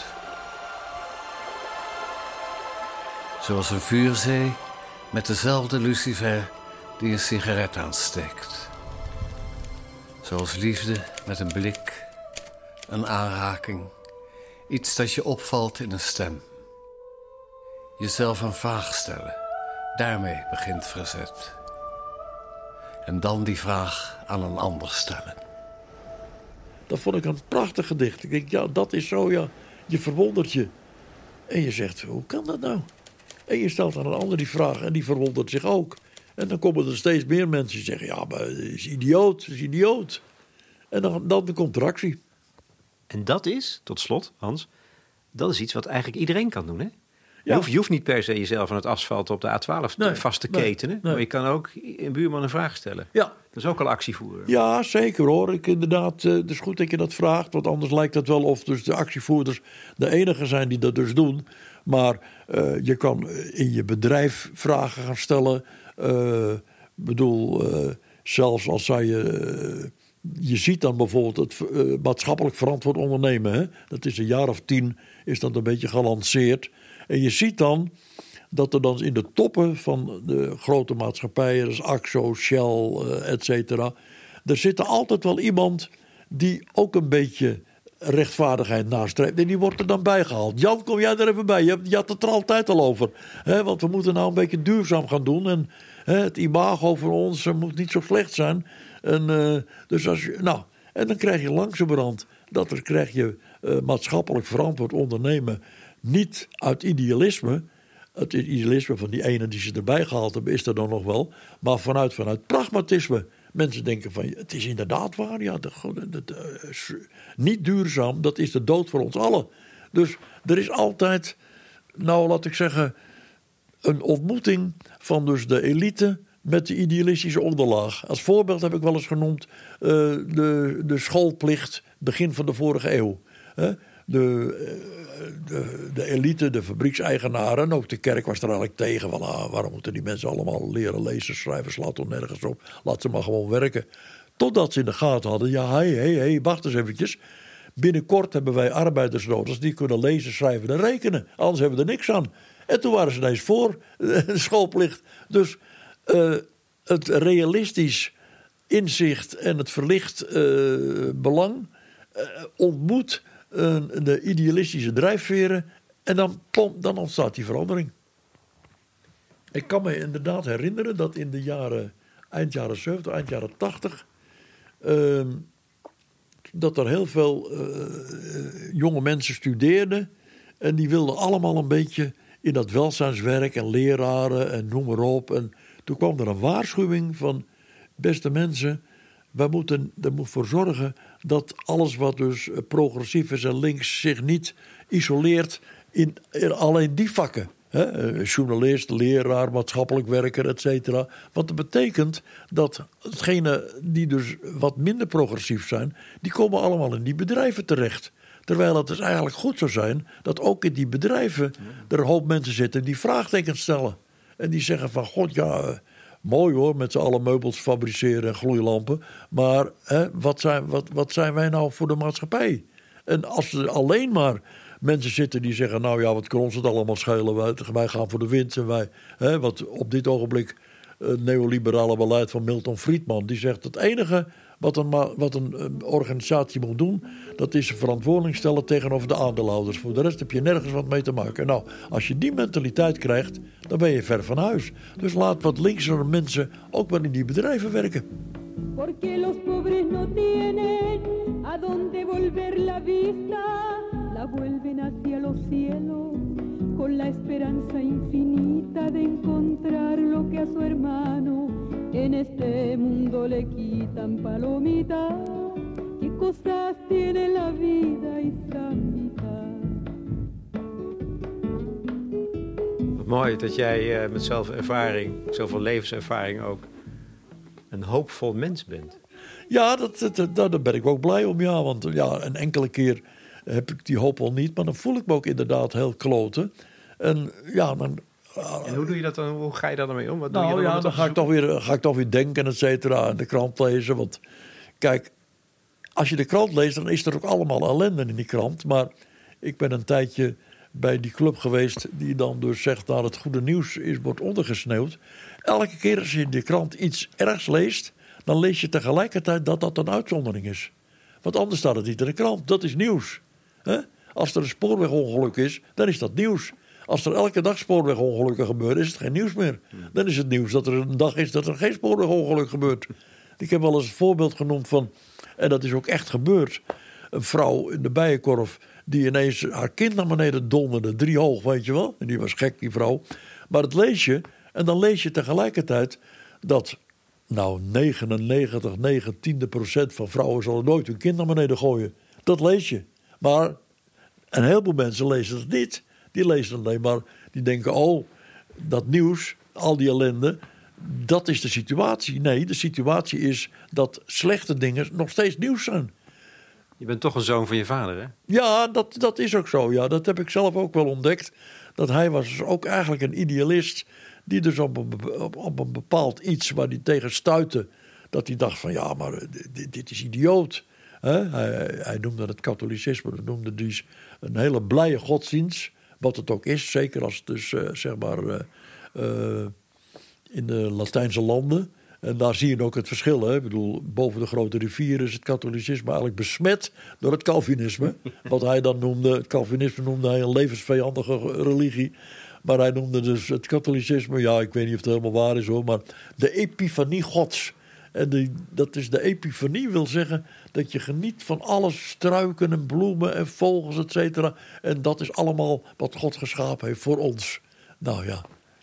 Zoals een vuurzee met dezelfde lucifer die een sigaret aansteekt. Zoals liefde met een blik, een aanraking, iets dat je opvalt in een stem. Jezelf een vraag stellen, daarmee begint verzet. En dan die vraag aan een ander stellen. Dat vond ik een prachtig gedicht. Ik denk, ja, dat is zo, ja. Je verwondert je. En je zegt, hoe kan dat nou? En je stelt aan een ander die vraag en die verwondert zich ook. En dan komen er steeds meer mensen die zeggen, ja, maar het is idioot, het is idioot. En dan komt er actie. En dat is, tot slot, Hans, dat is iets wat eigenlijk iedereen kan doen, hè? Ja. Je hoeft niet per se jezelf aan het asfalt op de A12 vast te ketenen. Nee. Maar je kan ook een buurman een vraag stellen. Ja. Dat is ook al actievoeren. Ja, zeker hoor. Het is goed dat je dat vraagt. Want anders lijkt het wel of dus de actievoerders de enige zijn die dat dus doen. Maar je kan in je bedrijf vragen gaan stellen. Zelfs als zou je... Je ziet dan bijvoorbeeld het maatschappelijk verantwoord ondernemen. Hè? Dat is een jaar of 10, is dat een beetje gelanceerd. En je ziet dan dat er dan in de toppen van de grote maatschappijen, dus Axo, Shell, et cetera, er zit altijd wel iemand die ook een beetje rechtvaardigheid nastreeft. En die wordt er dan bijgehaald. Jan, kom jij er even bij? Je had het er altijd al over. Hè? Want we moeten nou een beetje duurzaam gaan doen. En het imago voor ons moet niet zo slecht zijn. En, dus als je, nou, en dan krijg je langzamerhand krijg je maatschappelijk verantwoord ondernemen. Niet uit idealisme. Het idealisme van die ene die ze erbij gehaald hebben is er dan nog wel. Maar vanuit pragmatisme. Mensen denken van, het is inderdaad waar. Ja, niet duurzaam, dat is de dood voor ons allen. Dus er is altijd, nou laat ik zeggen, een ontmoeting van dus de elite met de idealistische onderlaag. Als voorbeeld heb ik wel eens genoemd de schoolplicht begin van de vorige eeuw. De elite, de fabriekseigenaren en ook de kerk was er eigenlijk tegen. Van, waarom moeten die mensen allemaal leren lezen, schrijven, slaat toch nergens op. Laat ze maar gewoon werken. Totdat ze in de gaten hadden, ja, hey, wacht eens eventjes. Binnenkort hebben wij arbeiders nodig die kunnen lezen, schrijven en rekenen. Anders hebben we er niks aan. En toen waren ze ineens voor de schoolplicht. Dus het realistisch inzicht en het verlicht belang ontmoet de idealistische drijfveren en dan ontstaat die verandering. Ik kan me inderdaad herinneren dat in de eind jaren 70, eind jaren 80... dat er heel veel jonge mensen studeerden en die wilden allemaal een beetje in dat welzijnswerk en leraren en noem maar op. En toen kwam er een waarschuwing van, beste mensen, wij moeten er voor zorgen dat alles wat dus progressief is en links zich niet isoleert in alleen die vakken. Journalist, leraar, maatschappelijk werker, et cetera. Want dat betekent dat hetgene die dus wat minder progressief zijn, die komen allemaal in die bedrijven terecht. Terwijl het dus eigenlijk goed zou zijn dat ook in die bedrijven er een hoop mensen zitten die vraagtekens stellen. En die zeggen van, god ja, mooi hoor, met z'n allen meubels fabriceren en gloeilampen. Maar wat zijn wij nou voor de maatschappij? En als er alleen maar mensen zitten die zeggen, nou ja, wat kan ons het allemaal schelen? Wij gaan voor de winst. En wij, wat op dit ogenblik het neoliberale beleid van Milton Friedman, die zegt het enige wat een organisatie moet doen, dat is verantwoording stellen tegenover de aandeelhouders. Voor de rest heb je nergens wat mee te maken. Nou, als je die mentaliteit krijgt, dan ben je ver van huis. Dus laat wat linkse mensen ook wel in die bedrijven werken. Porque los pobres no tienen a donde volver la vista, la vuelven hacia los cielos con la esperanza infinita de encontrar lo que a su hermano en este mundo le quitan palomita. ¿Qué cosas tiene la vida y Sambita? Mooi dat jij met zoveel levenservaring ook een hoopvol mens bent. Ja, daar ben ik ook blij om, ja. Want ja, een enkele keer heb ik die hoop wel niet. Maar dan voel ik me ook inderdaad heel kloten. En ja, dan... En hoe doe je dat dan? Hoe ga je daar dan mee om? Wat doe Nou je dan ja, dan ga ik toch weer denken, et cetera. En de krant lezen. Want kijk, als je de krant leest, dan is er ook allemaal ellende in die krant. Maar ik ben een tijdje bij die club geweest die dan dus zegt dat het goede nieuws wordt ondergesneeuwd. Elke keer als je in de krant iets ergs leest, dan lees je tegelijkertijd dat dat een uitzondering is. Want anders staat het niet in de krant. Dat is nieuws. Hè? Als er een spoorwegongeluk is, dan is dat nieuws. Als er elke dag spoorwegongelukken gebeuren, is het geen nieuws meer. Dan is het nieuws dat er een dag is dat er geen spoorwegongeluk gebeurt. Ik heb wel eens een voorbeeld genoemd van, en dat is ook echt gebeurd, een vrouw in de Bijenkorf die ineens haar kind naar beneden donderde, 3 hoog, weet je wel. En die was gek, die vrouw. Maar dat lees je, en dan lees je tegelijkertijd dat 99,9% van vrouwen zullen nooit hun kind naar beneden gooien. Dat lees je. Maar een heleboel mensen lezen het niet. Die lezen alleen maar, die denken, oh, dat nieuws, al die ellende, dat is de situatie. Nee, de situatie is dat slechte dingen nog steeds nieuws zijn. Je bent toch een zoon van je vader, hè? Ja, dat is ook zo. Ja, dat heb ik zelf ook wel ontdekt. Dat hij was dus ook eigenlijk een idealist die dus op een bepaald iets waar hij tegen stuitte, dat hij dacht van ja, maar dit is idioot. Hij noemde het katholicisme, dat noemde dus een hele blije godsdienst. Wat het ook is, zeker als het dus in de Latijnse landen. En daar zie je ook het verschil. Hè? Ik bedoel, boven de grote rivieren is het katholicisme eigenlijk besmet door het Calvinisme. Wat hij dan noemde, het Calvinisme noemde hij een levensvijandige religie. Maar hij noemde dus het katholicisme, ja, ik weet niet of het helemaal waar is hoor, maar de epifanie gods. En dat is de epifanie, wil zeggen dat je geniet van alles, struiken en bloemen en vogels, et cetera. En dat is allemaal wat God geschapen heeft voor ons. Nou ja.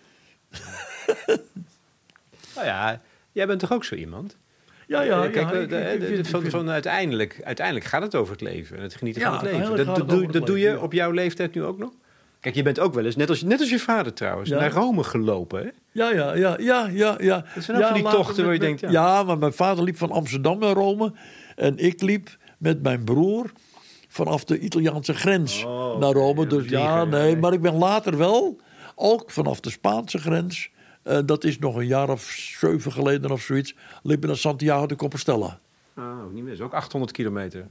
Nou ja, jij bent toch ook zo iemand? Ja. Kijk, uiteindelijk gaat het over het leven en het genieten van het leven. Dat doe je op jouw leeftijd nu ook nog? Kijk, je bent ook wel eens, net als je vader trouwens, naar Rome gelopen, hè? Ja. Dat zijn ook van die tochten waar je denkt... Ja, maar mijn vader liep van Amsterdam naar Rome. En ik liep met mijn broer vanaf de Italiaanse grens naar Rome. Dus maar ik ben later wel, ook vanaf de Spaanse grens, dat is nog een jaar of 7 geleden of zoiets, liep ik naar Santiago de Compostela. Niet meer, dat is ook 800 kilometer.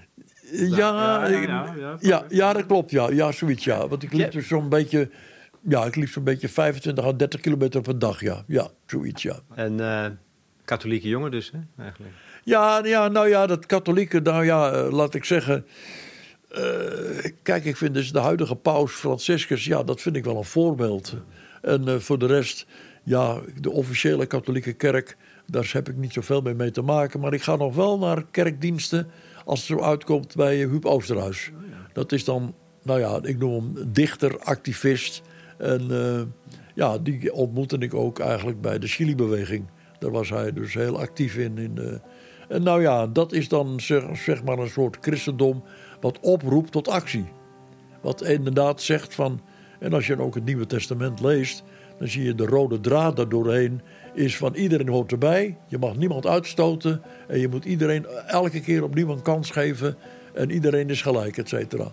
Ja, dat klopt, ja, zoiets, ja. Want ik liep dus zo'n beetje, ik liep zo'n beetje 25 à 30 kilometer per dag, ja, zoiets, ja. En katholieke jongen dus, hè, eigenlijk? Ja, dat katholieke, laat ik zeggen, kijk, ik vind dus de huidige paus Franciscus, dat vind ik wel een voorbeeld. En voor de rest, de officiële katholieke kerk, daar heb ik niet zoveel mee te maken. Maar ik ga nog wel naar kerkdiensten als het zo uitkomt bij Huub Oosterhuis. Dat is dan, ik noem hem dichter, activist. En die ontmoette ik ook eigenlijk bij de Chili-beweging. Daar was hij dus heel actief in. En dat is dan zeg maar een soort christendom wat oproept tot actie. Wat inderdaad zegt van, en als je ook het Nieuwe Testament leest, dan zie je de rode draad daardoorheen is van iedereen hoort erbij. Je mag niemand uitstoten. En je moet iedereen elke keer opnieuw een kans geven. En iedereen is gelijk, et cetera.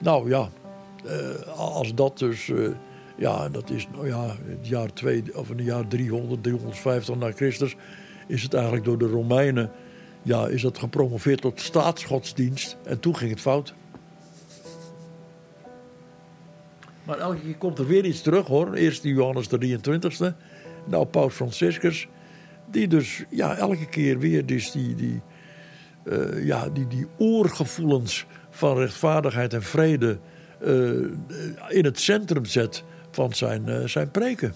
Als dat dus... dat is het jaar 300, 350 na Christus. Is het eigenlijk door de Romeinen... is dat gepromoveerd tot staatsgodsdienst. En toen ging het fout. Maar elke keer komt er weer iets terug, hoor. Eerst Johannes de 23e. Nou, Paus Franciscus. Die dus, elke keer weer dus die oergevoelens van rechtvaardigheid en vrede in het centrum zet van zijn preken.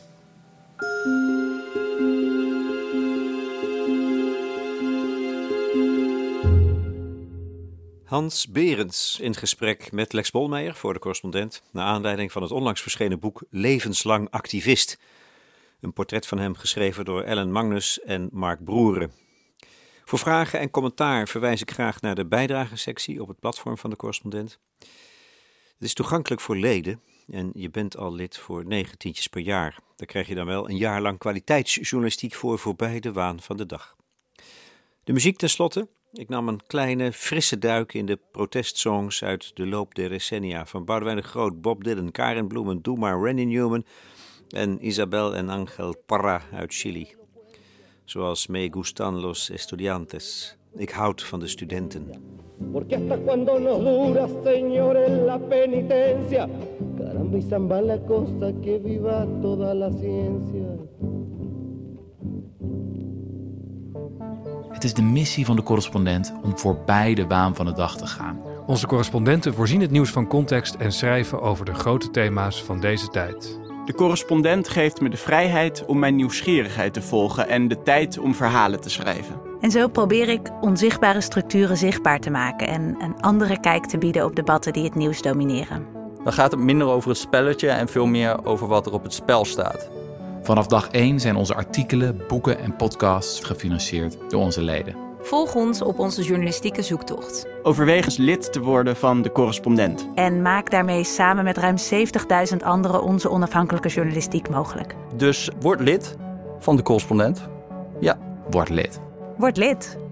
Hans Berends in gesprek met Lex Bolmeijer voor de Correspondent, naar aanleiding van het onlangs verschenen boek Levenslang activist. Een portret van hem geschreven door Ellen Magnus en Mark Broeren. Voor vragen en commentaar verwijs ik graag naar de bijdragensectie op het platform van De Correspondent. Het is toegankelijk voor leden en je bent al lid voor 9 tientjes per jaar. Daar krijg je dan wel een jaar lang kwaliteitsjournalistiek voor voorbij de waan van de dag. De muziek tenslotte. Ik nam een kleine, frisse duik in de protestsongs uit de loop der decennia van Boudewijn de Groot, Bob Dylan, Karen Bloemen, Doe maar, Randy Newman en Isabel en Ángel Parra uit Chili. Zoals Me gustan los estudiantes. Ik houd van de studenten. Porque hasta cuando nos dura, señores, la penitencia. Caramba, y samba la cosa, que viva toda la ciencia. Het is de missie van De Correspondent om voorbij de waan van de dag te gaan. Onze correspondenten voorzien het nieuws van context en schrijven over de grote thema's van deze tijd. De Correspondent geeft me de vrijheid om mijn nieuwsgierigheid te volgen en de tijd om verhalen te schrijven. En zo probeer ik onzichtbare structuren zichtbaar te maken en een andere kijk te bieden op debatten die het nieuws domineren. Dan gaat het minder over het spelletje en veel meer over wat er op het spel staat. Vanaf dag 1 zijn onze artikelen, boeken en podcasts gefinancierd door onze leden. Volg ons op onze journalistieke zoektocht. Overweeg eens lid te worden van De Correspondent. En maak daarmee samen met ruim 70.000 anderen onze onafhankelijke journalistiek mogelijk. Dus word lid van De Correspondent. Ja. Word lid. Word lid.